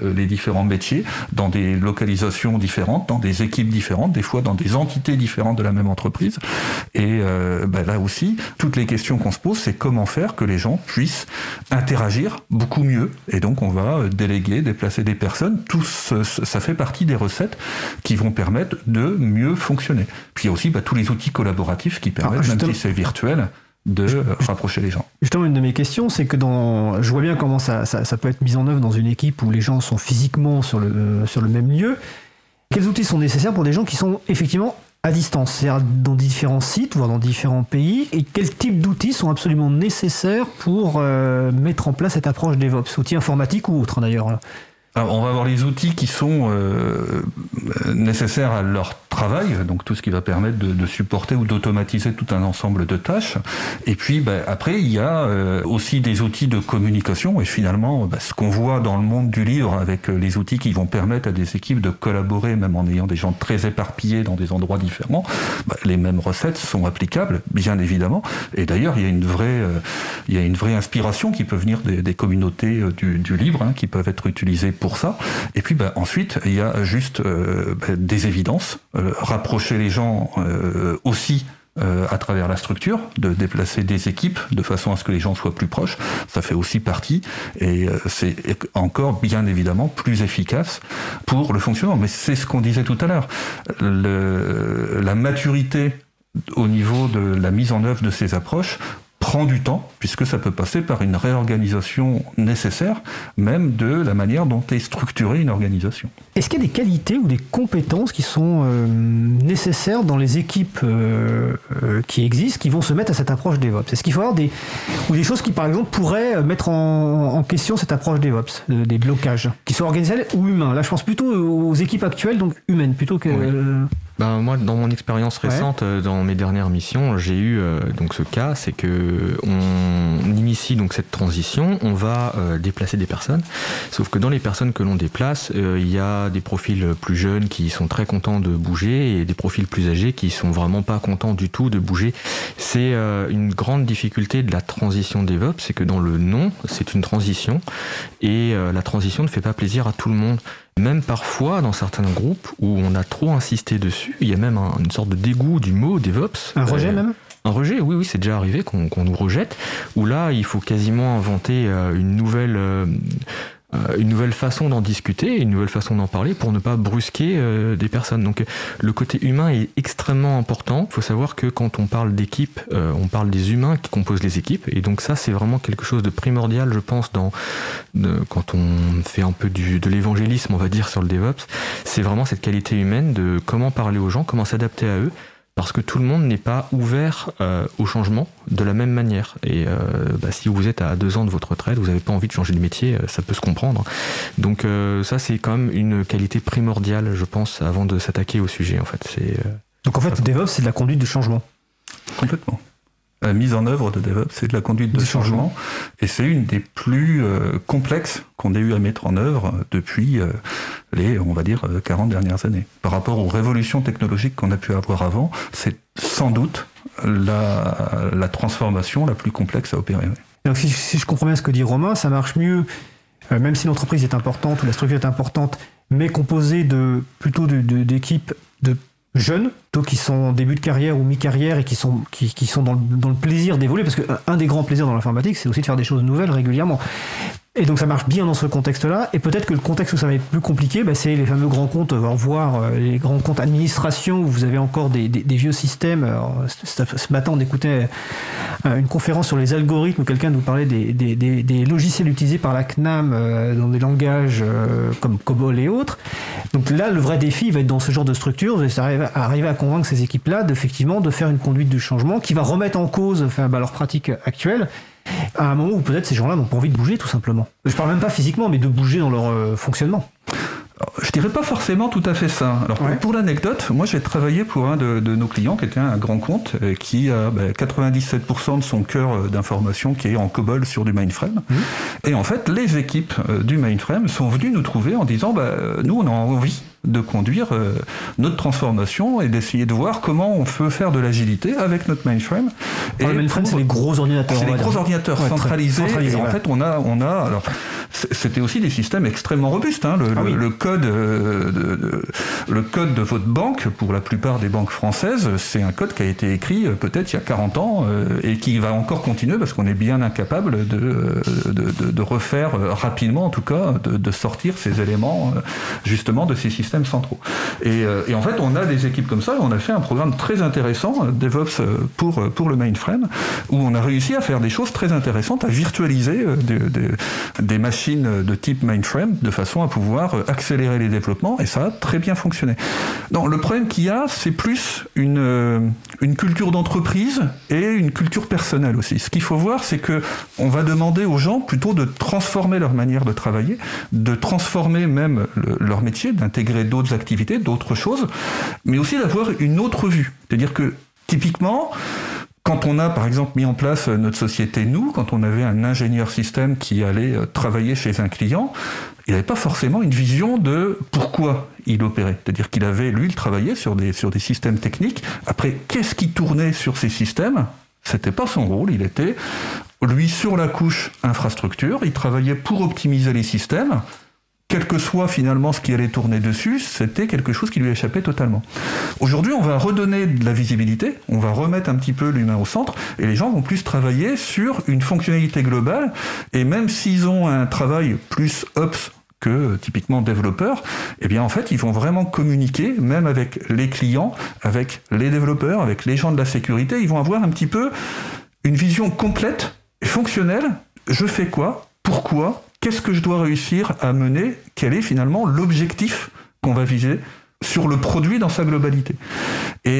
métiers dans des localisations différentes, dans des équipes différentes, des fois dans des entités différentes de la même entreprise. Et là aussi, toutes les questions qu'on se pose, c'est comment faire que les gens puissent interagir beaucoup mieux. Et donc, on va déléguer, déplacer des personnes. Tout ça fait partie des recettes qui vont permettre de mieux fonctionner. Puis il y a aussi tous les outils collaboratifs qui permettent, même si c'est virtuel, de rapprocher les gens. Justement, une de mes questions, c'est que je vois bien comment ça peut être mis en œuvre dans une équipe où les gens sont physiquement sur le même lieu. Quels outils sont nécessaires pour des gens qui sont effectivement à distance, c'est-à-dire dans différents sites, voire dans différents pays, et quels types d'outils sont absolument nécessaires pour mettre en place cette approche DevOps, outils informatiques ou autres d'ailleurs. Alors, on va avoir les outils qui sont nécessaires à leur travail, donc tout ce qui va permettre de supporter ou d'automatiser tout un ensemble de tâches. Et puis après, il y a aussi des outils de communication, et finalement, ce qu'on voit dans le monde du livre avec les outils qui vont permettre à des équipes de collaborer, même en ayant des gens très éparpillés dans des endroits différents, les mêmes recettes sont applicables, bien évidemment. Et d'ailleurs, il y a une vraie inspiration qui peut venir des communautés du livre, qui peuvent être utilisées pour ça. Et puis ensuite, il y a juste des évidences, rapprocher les gens aussi à travers la structure, de déplacer des équipes de façon à ce que les gens soient plus proches. Ça fait aussi partie, et c'est encore bien évidemment plus efficace pour le fonctionnement. Mais c'est ce qu'on disait tout à l'heure. La maturité au niveau de la mise en œuvre de ces approches prend du temps, puisque ça peut passer par une réorganisation nécessaire, même de la manière dont est structurée une organisation. Est-ce qu'il y a des qualités ou des compétences qui sont nécessaires dans les équipes qui existent, qui vont se mettre à cette approche DevOps ? Est-ce qu'il faut avoir des choses qui, par exemple, pourraient mettre en question cette approche DevOps, des blocages, qui soient organisationnels ou humains ? Là, je pense plutôt aux équipes actuelles, donc humaines, plutôt que... Oui. Moi, dans mon expérience récente, dans mes dernières missions, j'ai eu donc ce cas, c'est que on initie donc cette transition, on va déplacer des personnes, sauf que dans les personnes que l'on déplace, il y a des profils plus jeunes qui sont très contents de bouger et des profils plus âgés qui sont vraiment pas contents du tout de bouger. C'est une grande difficulté de la transition DevOps, c'est que dans le nom, c'est une transition et la transition ne fait pas plaisir à tout le monde. Même parfois, dans certains groupes où on a trop insisté dessus, il y a même une sorte de dégoût du mot DevOps. Un rejet même ? Un rejet, oui, c'est déjà arrivé qu'on nous rejette, où là, il faut quasiment inventer une nouvelle façon d'en discuter, une nouvelle façon d'en parler pour ne pas brusquer des personnes. Donc le côté humain est extrêmement important. Il faut savoir que quand on parle d'équipe, on parle des humains qui composent les équipes. Et donc ça, c'est vraiment quelque chose de primordial, je pense, quand on fait un peu de l'évangélisme, on va dire, sur le DevOps. C'est vraiment cette qualité humaine de comment parler aux gens, comment s'adapter à eux. Parce que tout le monde n'est pas ouvert au changement de la même manière. Et si vous êtes à 2 ans de votre retraite, vous n'avez pas envie de changer de métier, ça peut se comprendre. Donc ça, c'est quand même une qualité primordiale, je pense, avant de s'attaquer au sujet. En fait. Donc en fait, le DevOps, c'est de la conduite du changement. Complètement. La mise en œuvre de DevOps, c'est de la conduite de changement. Et c'est une des plus complexes qu'on ait eu à mettre en œuvre depuis les, on va dire, 40 dernières années. Par rapport aux révolutions technologiques qu'on a pu avoir avant, c'est sans doute la transformation la plus complexe à opérer. Donc si je comprends bien ce que dit Romain, ça marche mieux, même si l'entreprise est importante ou la structure est importante, mais composée plutôt d'équipes de jeunes, plutôt qui sont en début de carrière ou mi-carrière et qui sont dans le plaisir d'évoluer, parce qu'un des grands plaisirs dans l'informatique, c'est aussi de faire des choses nouvelles régulièrement. Et donc ça marche bien dans ce contexte-là, et peut-être que le contexte où ça va être plus compliqué, c'est les fameux grands comptes, voire les grands comptes administration, où vous avez encore des vieux systèmes. Alors, ce matin, on écoutait une conférence sur les algorithmes, où quelqu'un nous parlait des logiciels utilisés par la CNAM dans des langages comme COBOL et autres. Donc là, le vrai défi va être dans ce genre de structure, c'est arriver à convaincre ces équipes-là effectivement de faire une conduite du changement qui va remettre en cause leur pratique actuelle, à un moment où peut-être ces gens-là n'ont pas envie de bouger tout simplement. Je parle même pas physiquement, mais de bouger dans leur fonctionnement. Alors, je dirais pas forcément tout à fait ça. Alors pour l'anecdote, moi j'ai travaillé pour un de nos clients qui était un grand compte qui a 97% de son cœur d'information qui est en COBOL sur du mainframe. Et en fait, les équipes du mainframe sont venues nous trouver en disant nous on a envie de conduire notre transformation et d'essayer de voir comment on peut faire de l'agilité avec notre mainframe. Et le mainframe, c'est les gros ordinateurs. C'est les gros ordinateurs centralisés. Et en fait, on a alors c'était aussi des systèmes extrêmement robustes. Le code de votre banque, pour la plupart des banques françaises, c'est un code qui a été écrit peut-être il y a 40 ans et qui va encore continuer parce qu'on est bien incapable de refaire rapidement, en tout cas, de sortir ces éléments justement de ces systèmes centraux. Et en fait, on a des équipes comme ça, et on a fait un programme très intéressant, DevOps pour le mainframe, où on a réussi à faire des choses très intéressantes, à virtualiser des machines de type mainframe, de façon à pouvoir accélérer les développements, et ça a très bien fonctionné. Non, le problème qu'il y a, c'est plus une culture d'entreprise et une culture personnelle aussi. Ce qu'il faut voir, c'est que on va demander aux gens plutôt de transformer leur manière de travailler, de transformer même leur métier, d'intégrer d'autres activités, d'autres choses, mais aussi d'avoir une autre vue. C'est-à-dire que, typiquement, quand on a, par exemple, mis en place notre société, quand on avait un ingénieur système qui allait travailler chez un client, il n'avait pas forcément une vision de pourquoi il opérait. C'est-à-dire qu'il avait, lui, il travaillait sur des systèmes techniques. Après, qu'est-ce qui tournait sur ces systèmes ? C'était pas son rôle, il était, lui, sur la couche infrastructure, il travaillait pour optimiser les systèmes. Quel que soit finalement ce qui allait tourner dessus, c'était quelque chose qui lui échappait totalement. Aujourd'hui, on va redonner de la visibilité, on va remettre un petit peu l'humain au centre, et les gens vont plus travailler sur une fonctionnalité globale, et même s'ils ont un travail plus ops que typiquement développeurs, eh bien en fait, ils vont vraiment communiquer, même avec les clients, avec les développeurs, avec les gens de la sécurité, ils vont avoir un petit peu une vision complète et fonctionnelle. Je fais quoi ? Pourquoi ? Qu'est-ce que je dois réussir à mener ? Quel est finalement l'objectif qu'on va viser sur le produit dans sa globalité ? Et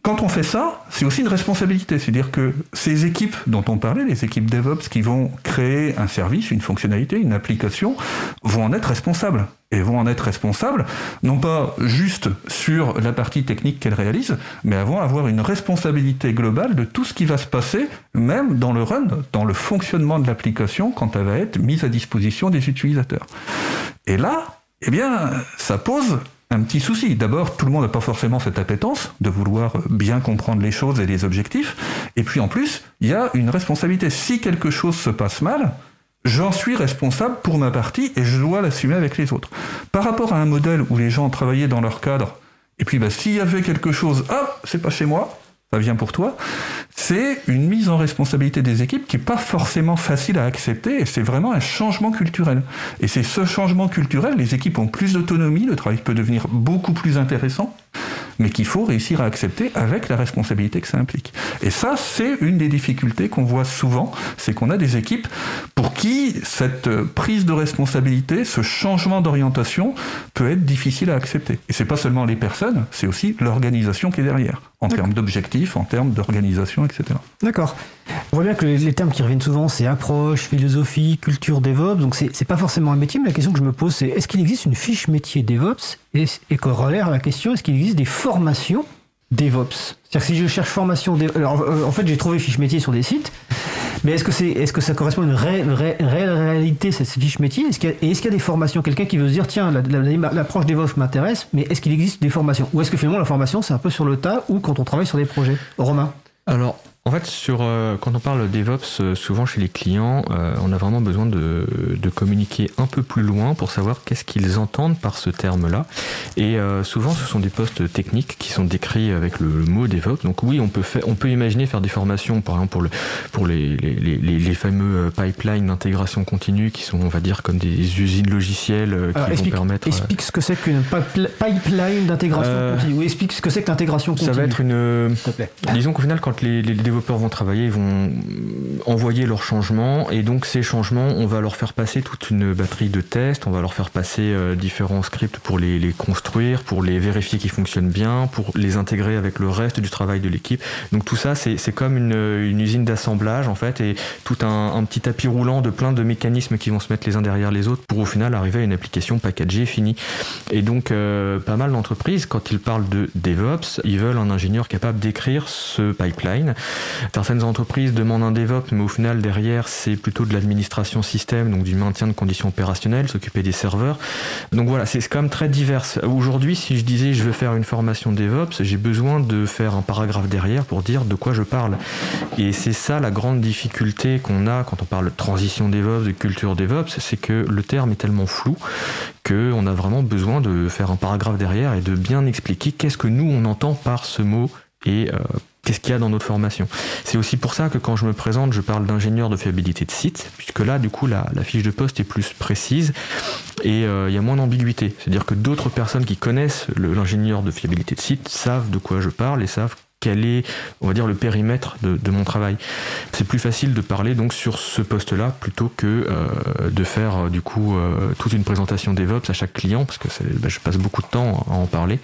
quand on fait ça, c'est aussi une responsabilité. C'est-à-dire que ces équipes dont on parlait, les équipes DevOps qui vont créer un service, une fonctionnalité, une application, vont en être responsables. Et vont en être responsables, non pas juste sur la partie technique qu'elles réalisent, mais vont avoir une responsabilité globale de tout ce qui va se passer, même dans le run, dans le fonctionnement de l'application, quand elle va être mise à disposition des utilisateurs. Et là, eh bien, ça pose un petit souci. D'abord, tout le monde n'a pas forcément cette appétence de vouloir bien comprendre les choses et les objectifs. Et puis en plus, il y a une responsabilité. Si quelque chose se passe mal, j'en suis responsable pour ma partie et je dois l'assumer avec les autres. Par rapport à un modèle où les gens travaillaient dans leur cadre, et puis s'il y avait quelque chose, c'est pas chez moi, ça vient pour toi, c'est une mise en responsabilité des équipes qui n'est pas forcément facile à accepter, et c'est vraiment un changement culturel. Et c'est ce changement culturel, les équipes ont plus d'autonomie, le travail peut devenir beaucoup plus intéressant, mais qu'il faut réussir à accepter avec la responsabilité que ça implique. Et ça, c'est une des difficultés qu'on voit souvent, c'est qu'on a des équipes pour qui cette prise de responsabilité, ce changement d'orientation peut être difficile à accepter. Et c'est pas seulement les personnes, c'est aussi l'organisation qui est derrière, en termes d'objectifs, en termes d'organisation, etc. D'accord. On voit bien que les termes qui reviennent souvent, c'est approche, philosophie, culture DevOps, donc c'est pas forcément un métier, mais la question que je me pose, c'est est-ce qu'il existe une fiche métier DevOps et corollaire à la question, est-ce qu'il existe des formations DevOps? C'est-à-dire que si je cherche formation DevOps, alors en fait j'ai trouvé fiche métier sur des sites, mais est-ce que ça correspond à une réelle réalité, cette fiche métier? Est-ce qu'il y a des formations? Quelqu'un qui veut se dire, tiens, l'approche DevOps m'intéresse, mais est-ce qu'il existe des formations? Ou est-ce que finalement la formation c'est un peu sur le tas ou quand on travaille sur des projets? Romain? Alors, en fait, quand on parle DevOps, souvent chez les clients, on a vraiment besoin de communiquer un peu plus loin pour savoir qu'est-ce qu'ils entendent par ce terme-là. Et souvent, ce sont des postes techniques qui sont décrits avec le mot DevOps. Donc oui, on peut imaginer faire des formations, par exemple pour les fameux pipelines d'intégration continue qui sont, on va dire, comme des usines logicielles vont permettre. Explique ce que c'est qu'une pipeline d'intégration continue. Ou explique ce que c'est que l'intégration continue. Ça va être disons qu'au final, quand les développeurs vont travailler, ils vont envoyer leurs changements et donc ces changements, on va leur faire passer toute une batterie de tests, on va leur faire passer différents scripts pour les construire, pour les vérifier qu'ils fonctionnent bien, pour les intégrer avec le reste du travail de l'équipe. Donc tout ça, c'est comme une usine d'assemblage en fait et tout un petit tapis roulant de plein de mécanismes qui vont se mettre les uns derrière les autres pour au final arriver à une application packagée, finie. Et donc pas mal d'entreprises, quand ils parlent de DevOps, ils veulent un ingénieur capable d'écrire ce pipeline. Certaines entreprises demandent un DevOps, mais au final, derrière, c'est plutôt de l'administration système, donc du maintien de conditions opérationnelles, s'occuper des serveurs. Donc voilà, c'est quand même très divers. Aujourd'hui, si je disais je veux faire une formation DevOps, j'ai besoin de faire un paragraphe derrière pour dire de quoi je parle. Et c'est ça la grande difficulté qu'on a quand on parle de transition DevOps, de culture DevOps, c'est que le terme est tellement flou qu'on a vraiment besoin de faire un paragraphe derrière et de bien expliquer qu'est-ce que nous, on entend par ce mot et qu'est-ce qu'il y a dans notre formation. C'est aussi pour ça que quand je me présente, je parle d'ingénieur de fiabilité de site, puisque là, du coup, la fiche de poste est plus précise et il y a moins d'ambiguïté. C'est-à-dire que d'autres personnes qui connaissent l'ingénieur de fiabilité de site savent de quoi je parle et savent quel est, on va dire, le périmètre de mon travail. C'est plus facile de parler donc sur ce poste-là plutôt que de faire du coup toute une présentation DevOps à chaque client, parce que je passe beaucoup de temps à en parler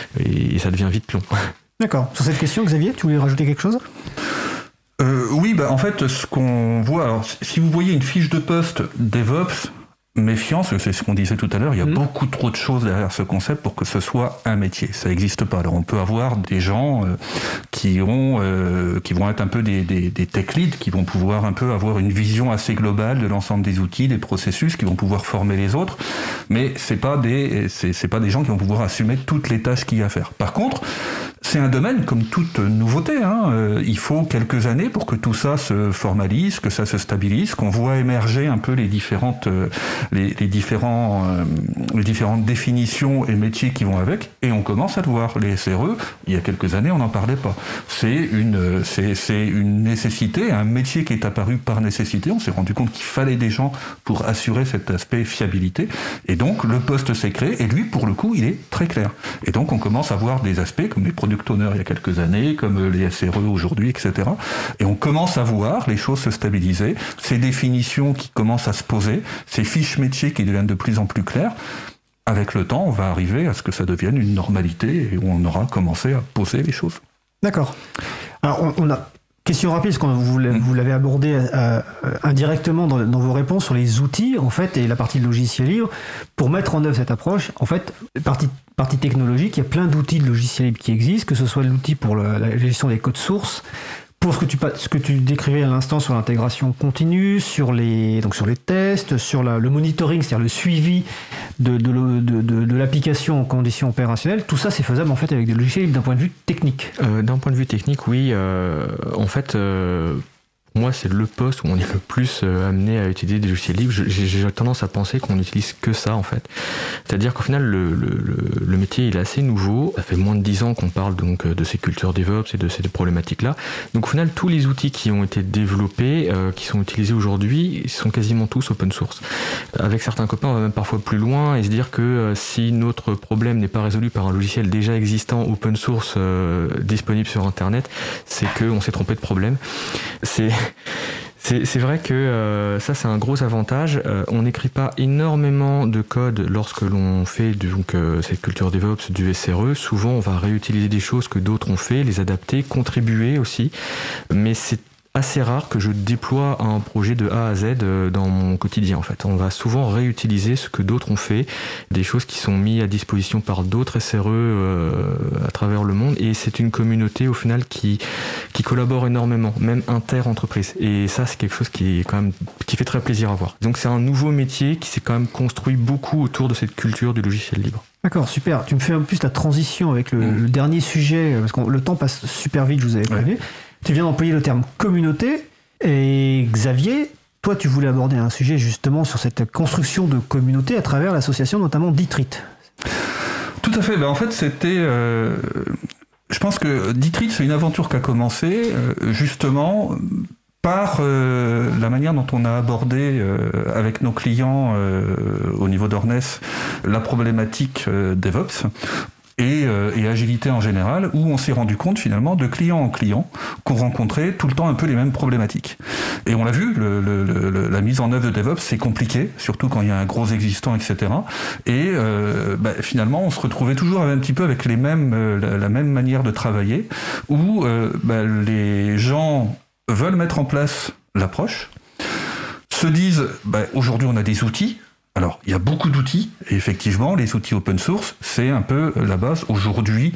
et ça devient vite long. D'accord. Sur cette question, Xavier, tu voulais rajouter quelque chose ? Oui, en fait, ce qu'on voit, alors, si vous voyez une fiche de poste DevOps, méfiance, c'est ce qu'on disait tout à l'heure, il y a beaucoup trop de choses derrière ce concept pour que ce soit un métier. Ça n'existe pas. Alors on peut avoir des gens qui vont être un peu des tech leads, qui vont pouvoir un peu avoir une vision assez globale de l'ensemble des outils, des processus, qui vont pouvoir former les autres, mais c'est pas des gens qui vont pouvoir assumer toutes les tâches qu'il y a à faire. Par contre, c'est un domaine comme toute nouveauté. Il faut quelques années pour que tout ça se formalise, que ça se stabilise, qu'on voit émerger un peu les différentes définitions et métiers qui vont avec, et on commence à le voir. Les SRE, il y a quelques années, on n'en parlait pas. C'est une nécessité, un métier qui est apparu par nécessité. On s'est rendu compte qu'il fallait des gens pour assurer cet aspect fiabilité, et donc le poste s'est créé, et lui, pour le coup, il est très clair. Et donc on commence à voir des aspects comme les product owners il y a quelques années, comme les SRE aujourd'hui, etc. Et on commence à voir les choses se stabiliser, ces définitions qui commencent à se poser, ces fiches métiers qui deviennent de plus en plus claires. Avec le temps, on va arriver à ce que ça devienne une normalité et où on aura commencé à poser les choses. D'accord. Alors, on a... Question rapide, parce que vous l'avez abordé indirectement dans vos réponses sur les outils, en fait, et la partie logiciel libre. Pour mettre en œuvre cette approche, en fait, partie technologique, il y a plein d'outils de logiciel libre qui existent, que ce soit l'outil pour la gestion des codes sources, pour ce que tu décrivais à l'instant sur l'intégration continue, sur les tests, sur le monitoring, c'est-à-dire le suivi de l'application en conditions opérationnelles. Tout ça, c'est faisable en fait avec des logiciels libres d'un point de vue technique. D'un point de vue technique, oui. En fait, moi, c'est le poste où on est le plus amené à utiliser des logiciels libres. J'ai tendance à penser qu'on n'utilise que ça, en fait. C'est-à-dire qu'au final, le métier, il est assez nouveau. Ça fait moins de 10 ans qu'on parle donc de ces cultures DevOps et de ces problématiques-là. Donc au final, tous les outils qui ont été développés, qui sont utilisés aujourd'hui, sont quasiment tous open source. Avec certains copains, on va même parfois plus loin et se dire que si notre problème n'est pas résolu par un logiciel déjà existant open source disponible sur Internet, c'est qu'on s'est trompé de problème. C'est vrai que ça, c'est un gros avantage. On n'écrit pas énormément de code lorsque l'on fait cette culture DevOps, du SRE. Souvent, on va réutiliser des choses que d'autres ont fait, les adapter, contribuer aussi. Mais c'est assez rare que je déploie un projet de A à Z dans mon quotidien, en fait. On va souvent réutiliser ce que d'autres ont fait, des choses qui sont mises à disposition par d'autres SRE à travers le monde, et c'est une communauté au final qui collabore énormément, même inter-entreprise. Et ça, c'est quelque chose qui fait très plaisir à voir. Donc c'est un nouveau métier qui s'est quand même construit beaucoup autour de cette culture du logiciel libre. D'accord, super. Tu me fais en plus la transition avec le dernier sujet, parce que le temps passe super vite, je vous avais prévenu. Ouais. Tu viens d'employer le terme communauté, et Xavier, toi tu voulais aborder un sujet justement sur cette construction de communauté à travers l'association notamment d'Itrit. Tout à fait, en fait c'était... je pense que d'Itrit, c'est une aventure qui a commencé justement par la manière dont on a abordé avec nos clients au niveau d'Ornes la problématique DevOps. Et agilité en général, où on s'est rendu compte finalement de client en client qu'on rencontrait tout le temps un peu les mêmes problématiques. Et on l'a vu, la mise en œuvre de DevOps, c'est compliqué, surtout quand il y a un gros existant, etc. Et finalement, on se retrouvait toujours un petit peu avec la même manière de travailler, où les gens veulent mettre en place l'approche, se disent aujourd'hui on a des outils. Alors, il y a beaucoup d'outils, et effectivement, les outils open source, c'est un peu la base. Aujourd'hui,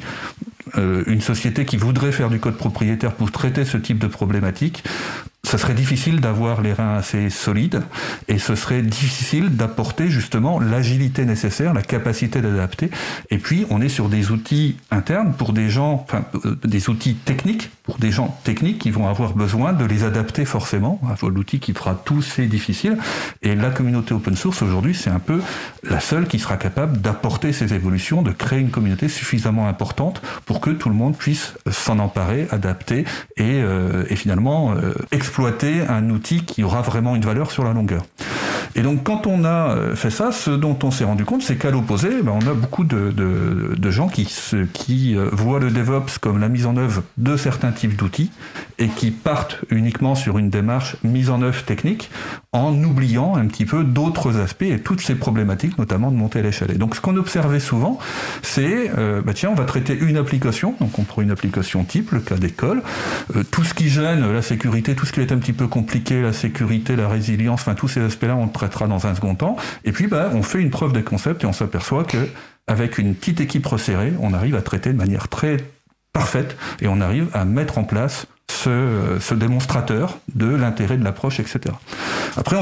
une société qui voudrait faire du code propriétaire pour traiter ce type de problématique, ça serait difficile d'avoir les reins assez solides, et ce serait difficile d'apporter justement l'agilité nécessaire, la capacité d'adapter. Et puis, on est sur des outils internes pour des gens, des outils techniques, pour des gens techniques qui vont avoir besoin de les adapter forcément. L'outil qui fera tout, c'est difficile. Et la communauté open source, aujourd'hui, c'est un peu la seule qui sera capable d'apporter ces évolutions, de créer une communauté suffisamment importante pour que tout le monde puisse s'en emparer, adapter et finalement exploiter un outil qui aura vraiment une valeur sur la longueur. Et donc quand on a fait ça, ce dont on s'est rendu compte, c'est qu'à l'opposé, on a beaucoup de gens qui voient le DevOps comme la mise en œuvre de certains types d'outils et qui partent uniquement sur une démarche mise en œuvre technique en oubliant un petit peu d'autres aspects et toutes ces problématiques, notamment de monter à l'échelle. Et donc ce qu'on observait souvent, c'est on va traiter une application, donc on prend une application type, le cas d'école, tout ce qui gêne la sécurité, tout ce qui est un petit peu compliqué, la sécurité, la résilience, tous ces aspects-là, on le traitera dans un second temps. Et puis on fait une preuve de concept et on s'aperçoit que avec une petite équipe resserrée, on arrive à traiter de manière très parfaite et on arrive à mettre en place ce démonstrateur de l'intérêt de l'approche, etc. Après,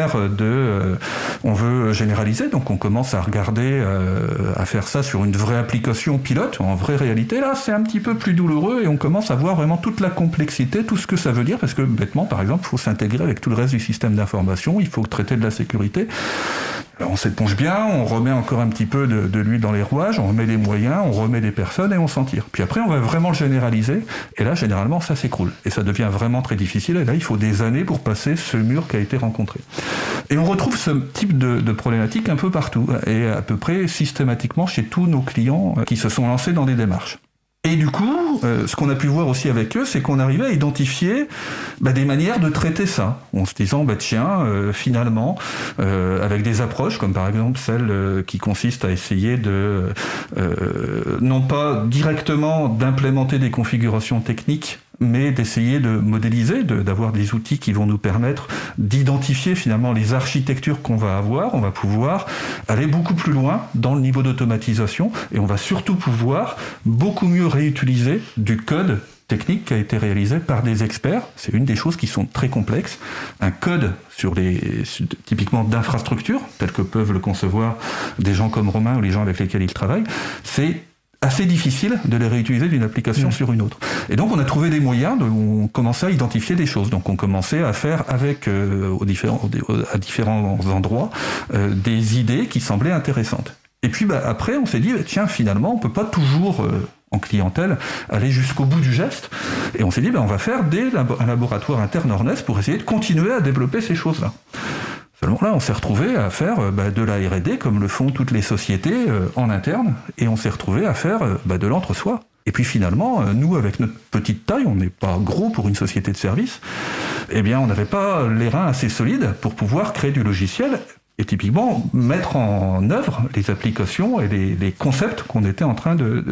on veut généraliser, donc on commence à regarder, à faire ça sur une vraie application pilote, en vraie réalité. Là, c'est un petit peu plus douloureux et on commence à voir vraiment toute la complexité, tout ce que ça veut dire, parce que bêtement, par exemple, il faut s'intégrer avec tout le reste du système d'information, il faut traiter de la sécurité. Alors, on s'éponge bien, on remet encore un petit peu de l'huile dans les rouages, on remet des moyens, on remet des personnes et on s'en tire. Puis après, on va vraiment le généraliser, et là, généralement, ça s'écroule. Et ça devient vraiment très difficile, et là, il faut des années pour passer ce mur qui a été rencontré. Et on retrouve ce type de problématique un peu partout, et à peu près systématiquement chez tous nos clients qui se sont lancés dans des démarches. Et du coup, ce qu'on a pu voir aussi avec eux, c'est qu'on arrivait à identifier des manières de traiter ça, en se disant, finalement, avec des approches, comme par exemple celle qui consiste à essayer de, non pas directement d'implémenter des configurations techniques, mais d'essayer de modéliser, d'avoir des outils qui vont nous permettre d'identifier finalement les architectures qu'on va avoir. On va pouvoir aller beaucoup plus loin dans le niveau d'automatisation et on va surtout pouvoir beaucoup mieux réutiliser du code technique qui a été réalisé par des experts. C'est une des choses qui sont très complexes. Un code typiquement d'infrastructure, tel que peuvent le concevoir des gens comme Romain ou les gens avec lesquels il travaille, c'est assez difficile de les réutiliser d'une application sur une autre. Et donc on a trouvé des moyens, on commençait à identifier des choses. Donc on commençait à faire avec, à différents endroits, des idées qui semblaient intéressantes. Et puis après on s'est dit, tiens, finalement on peut pas toujours en clientèle aller jusqu'au bout du geste. Et on s'est dit, on va faire un laboratoire interne Ornès pour essayer de continuer à développer ces choses-là. Seulement là, on s'est retrouvé à faire de la R&D comme le font toutes les sociétés en interne, et on s'est retrouvé à faire de l'entre-soi. Et puis finalement, nous, avec notre petite taille, on n'est pas gros pour une société de service, eh bien on n'avait pas les reins assez solides pour pouvoir créer du logiciel et typiquement mettre en œuvre les applications et les concepts qu'on était en train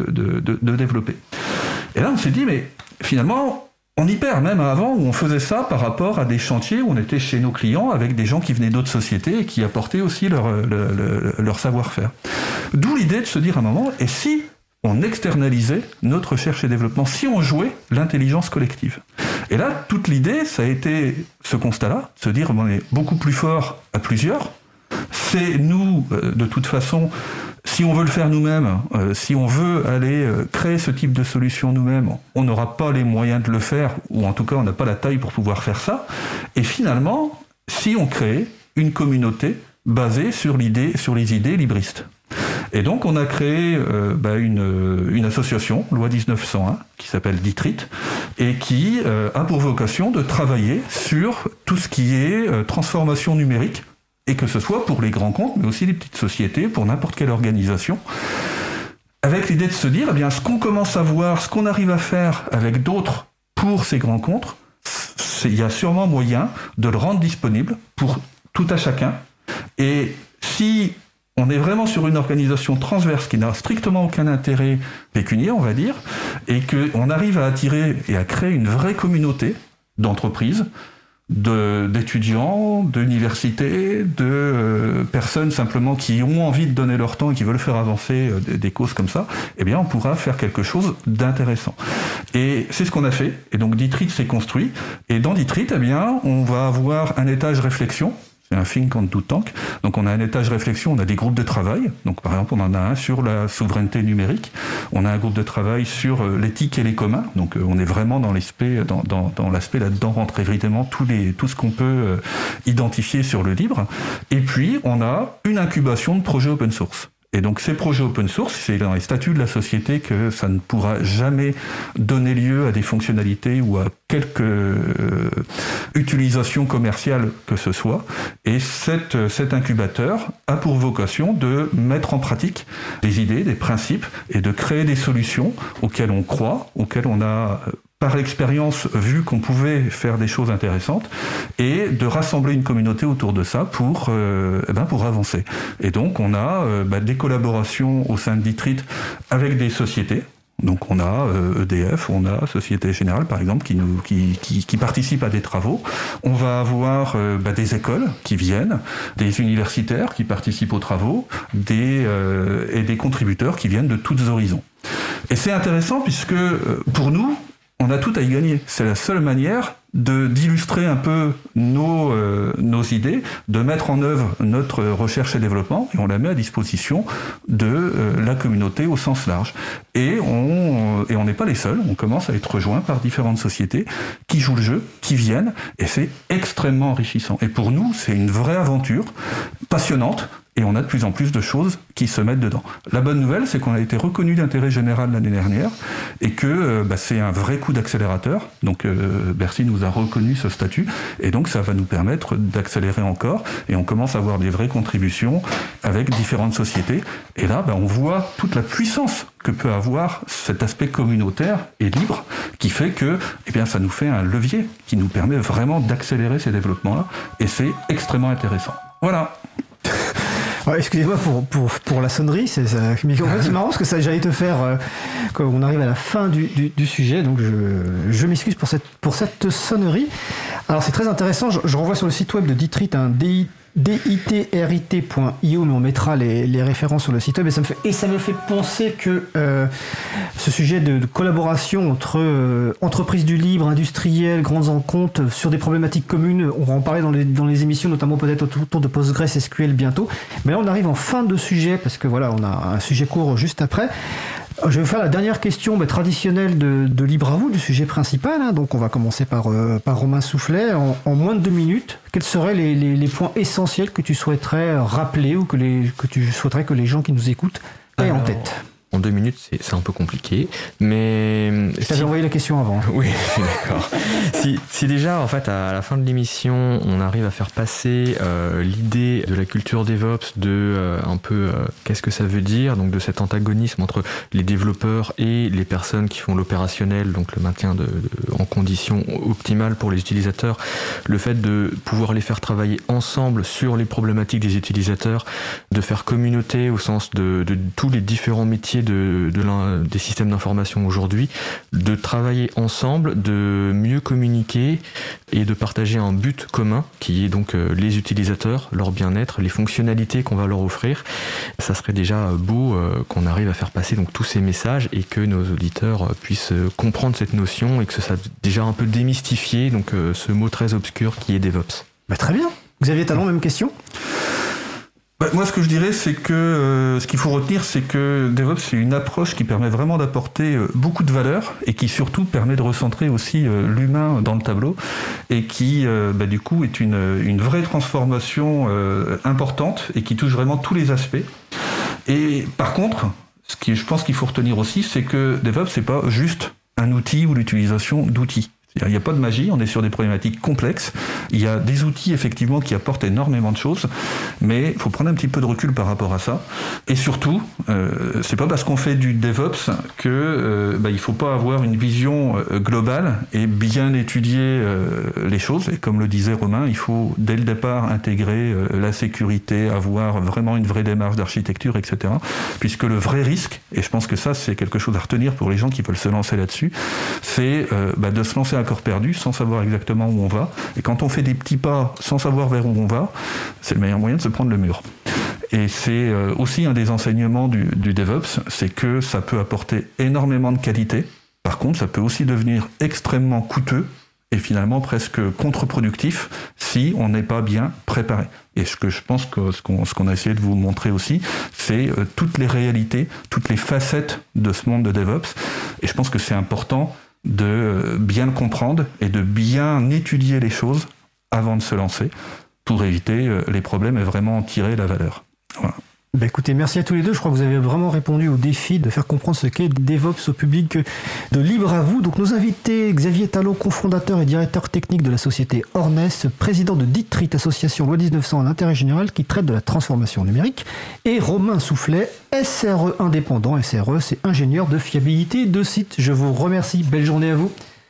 de développer. Et là, on s'est dit, mais finalement, on y perd, même avant où on faisait ça par rapport à des chantiers où on était chez nos clients avec des gens qui venaient d'autres sociétés et qui apportaient aussi leur savoir-faire. D'où l'idée de se dire à un moment, et si on externalisait notre recherche et développement, si on jouait l'intelligence collective? Et là, toute l'idée, ça a été ce constat-là, se dire on est beaucoup plus fort à plusieurs. C'est nous, de toute façon, si on veut le faire nous-mêmes, si on veut aller créer ce type de solution nous-mêmes, on n'aura pas les moyens de le faire, ou en tout cas on n'a pas la taille pour pouvoir faire ça. Et finalement, si on crée une communauté basée sur les idées libristes. Et donc on a créé une association, loi 1901, qui s'appelle DITRIT, et qui a pour vocation de travailler sur tout ce qui est transformation numérique, et que ce soit pour les grands comptes, mais aussi les petites sociétés, pour n'importe quelle organisation, avec l'idée de se dire, ce qu'on commence à voir, ce qu'on arrive à faire avec d'autres pour ces grands comptes, il y a sûrement moyen de le rendre disponible pour tout à chacun. Et si on est vraiment sur une organisation transverse qui n'a strictement aucun intérêt pécuniaire, on va dire, et qu'on arrive à attirer et à créer une vraie communauté d'entreprises, d'étudiants, d'universités, de personnes simplement qui ont envie de donner leur temps et qui veulent faire avancer des causes comme ça, on pourra faire quelque chose d'intéressant. Et c'est ce qu'on a fait. Et donc DITRIT s'est construit. Et dans DITRIT, on va avoir un étage réflexion. C'est un think and do tank. Donc on a un étage réflexion, on a des groupes de travail. Donc par exemple, on en a un sur la souveraineté numérique. On a un groupe de travail sur l'éthique et les communs. Donc on est vraiment dans l'aspect là-dedans, rentre évidemment tout ce qu'on peut identifier sur le libre. Et puis on a une incubation de projets open source. Et donc ces projets open source, c'est dans les statuts de la société que ça ne pourra jamais donner lieu à des fonctionnalités ou à quelque utilisation commerciale que ce soit. Et cet incubateur a pour vocation de mettre en pratique des idées, des principes et de créer des solutions auxquelles on croit, auxquelles on a par l'expérience vu qu'on pouvait faire des choses intéressantes et de rassembler une communauté autour de ça pour avancer. Et donc on a des collaborations au sein de DITRIT avec des sociétés. Donc on a EDF, on a Société Générale par exemple qui participent à des travaux. On va avoir des écoles qui viennent, des universitaires qui participent aux travaux, et des contributeurs qui viennent de tous horizons. Et c'est intéressant puisque pour nous, on a tout à y gagner. C'est la seule manière d'illustrer un peu nos idées, de mettre en œuvre notre recherche et développement, et on la met à disposition de la communauté au sens large. Et on n'est pas les seuls, on commence à être rejoints par différentes sociétés qui jouent le jeu, qui viennent, et c'est extrêmement enrichissant. Et pour nous, c'est une vraie aventure passionnante, et on a de plus en plus de choses qui se mettent dedans. La bonne nouvelle, c'est qu'on a été reconnu d'intérêt général l'année dernière et que c'est un vrai coup d'accélérateur. Donc Bercy nous a reconnu ce statut et donc ça va nous permettre d'accélérer encore et on commence à avoir des vraies contributions avec différentes sociétés. Et là, on voit toute la puissance que peut avoir cet aspect communautaire et libre qui fait que ça nous fait un levier qui nous permet vraiment d'accélérer ces développements-là et c'est extrêmement intéressant. Voilà. Ouais, excusez-moi pour la sonnerie, c'est marrant parce que j'allais te faire quand on arrive à la fin du sujet, donc je m'excuse pour cette sonnerie. Alors c'est très intéressant, je renvoie sur le site web de Ditrit, ditrit.io, mais on mettra les références sur le site web et ça me fait penser que ce sujet de collaboration entre entreprises du libre, industriels, grandes encotres sur des problématiques communes, on va en parler dans les émissions, notamment peut-être autour de PostgreSQL bientôt, mais là on arrive en fin de sujet parce que voilà, on a un sujet court juste après. Je vais faire la dernière question traditionnelle de Libre à vous, du sujet principal. Hein. Donc on va commencer par Romain Soufflet. En moins de 2 minutes, quels seraient les points essentiels que tu souhaiterais rappeler ou que tu souhaiterais que les gens qui nous écoutent aient en tête ? En 2 minutes, c'est un peu compliqué, mais... Je t'avais envoyé la question avant. Oui, d'accord. Si déjà, en fait, à la fin de l'émission, on arrive à faire passer l'idée de la culture DevOps, un peu qu'est-ce que ça veut dire, donc de cet antagonisme entre les développeurs et les personnes qui font l'opérationnel, donc le maintien en conditions optimales pour les utilisateurs, le fait de pouvoir les faire travailler ensemble sur les problématiques des utilisateurs, de faire communauté au sens de tous les différents métiers des systèmes d'information aujourd'hui, de travailler ensemble, de mieux communiquer et de partager un but commun qui est donc les utilisateurs, leur bien-être, les fonctionnalités qu'on va leur offrir. Ça serait déjà beau qu'on arrive à faire passer donc tous ces messages et que nos auditeurs puissent comprendre cette notion et que ça soit déjà un peu démystifié, donc ce mot très obscur qui est DevOps. Très bien. Xavier Talon, même question. Moi, ce que je dirais, c'est que ce qu'il faut retenir, c'est que DevOps, c'est une approche qui permet vraiment d'apporter beaucoup de valeur et qui surtout permet de recentrer aussi l'humain dans le tableau et qui, du coup, est une vraie transformation importante et qui touche vraiment tous les aspects. Et par contre, ce que je pense qu'il faut retenir aussi, c'est que DevOps, c'est pas juste un outil ou l'utilisation d'outils. Il n'y a pas de magie, on est sur des problématiques complexes. Il y a des outils effectivement qui apportent énormément de choses, mais il faut prendre un petit peu de recul par rapport à ça. Et surtout, c'est pas parce qu'on fait du DevOps que il faut pas avoir une vision globale et bien étudier les choses. Et comme le disait Romain, il faut dès le départ intégrer la sécurité, avoir vraiment une vraie démarche d'architecture, etc. Puisque le vrai risque, et je pense que ça c'est quelque chose à retenir pour les gens qui veulent se lancer là-dessus, c'est de se lancer à corps perdu sans savoir exactement où on va. Et quand on fait des petits pas sans savoir vers où on va, c'est le meilleur moyen de se prendre le mur. Et c'est aussi un des enseignements du DevOps, c'est que ça peut apporter énormément de qualité. Par contre, ça peut aussi devenir extrêmement coûteux et finalement presque contre-productif si on n'est pas bien préparé. Et ce que je pense que ce qu'on a essayé de vous montrer aussi, c'est toutes les réalités, toutes les facettes de ce monde de DevOps. Et je pense que c'est important de bien le comprendre et de bien étudier les choses avant de se lancer pour éviter les problèmes et vraiment en tirer la valeur. Voilà. Écoutez, merci à tous les deux. Je crois que vous avez vraiment répondu au défi de faire comprendre ce qu'est DevOps au public de Libre à vous. Donc nos invités, Xavier Talon, cofondateur et directeur technique de la société Ornes, président de Ditrit, association loi 1900 à l'intérêt général qui traite de la transformation numérique, et Romain Soufflet, SRE indépendant. SRE, c'est ingénieur de fiabilité de site. Je vous remercie. Belle journée à vous.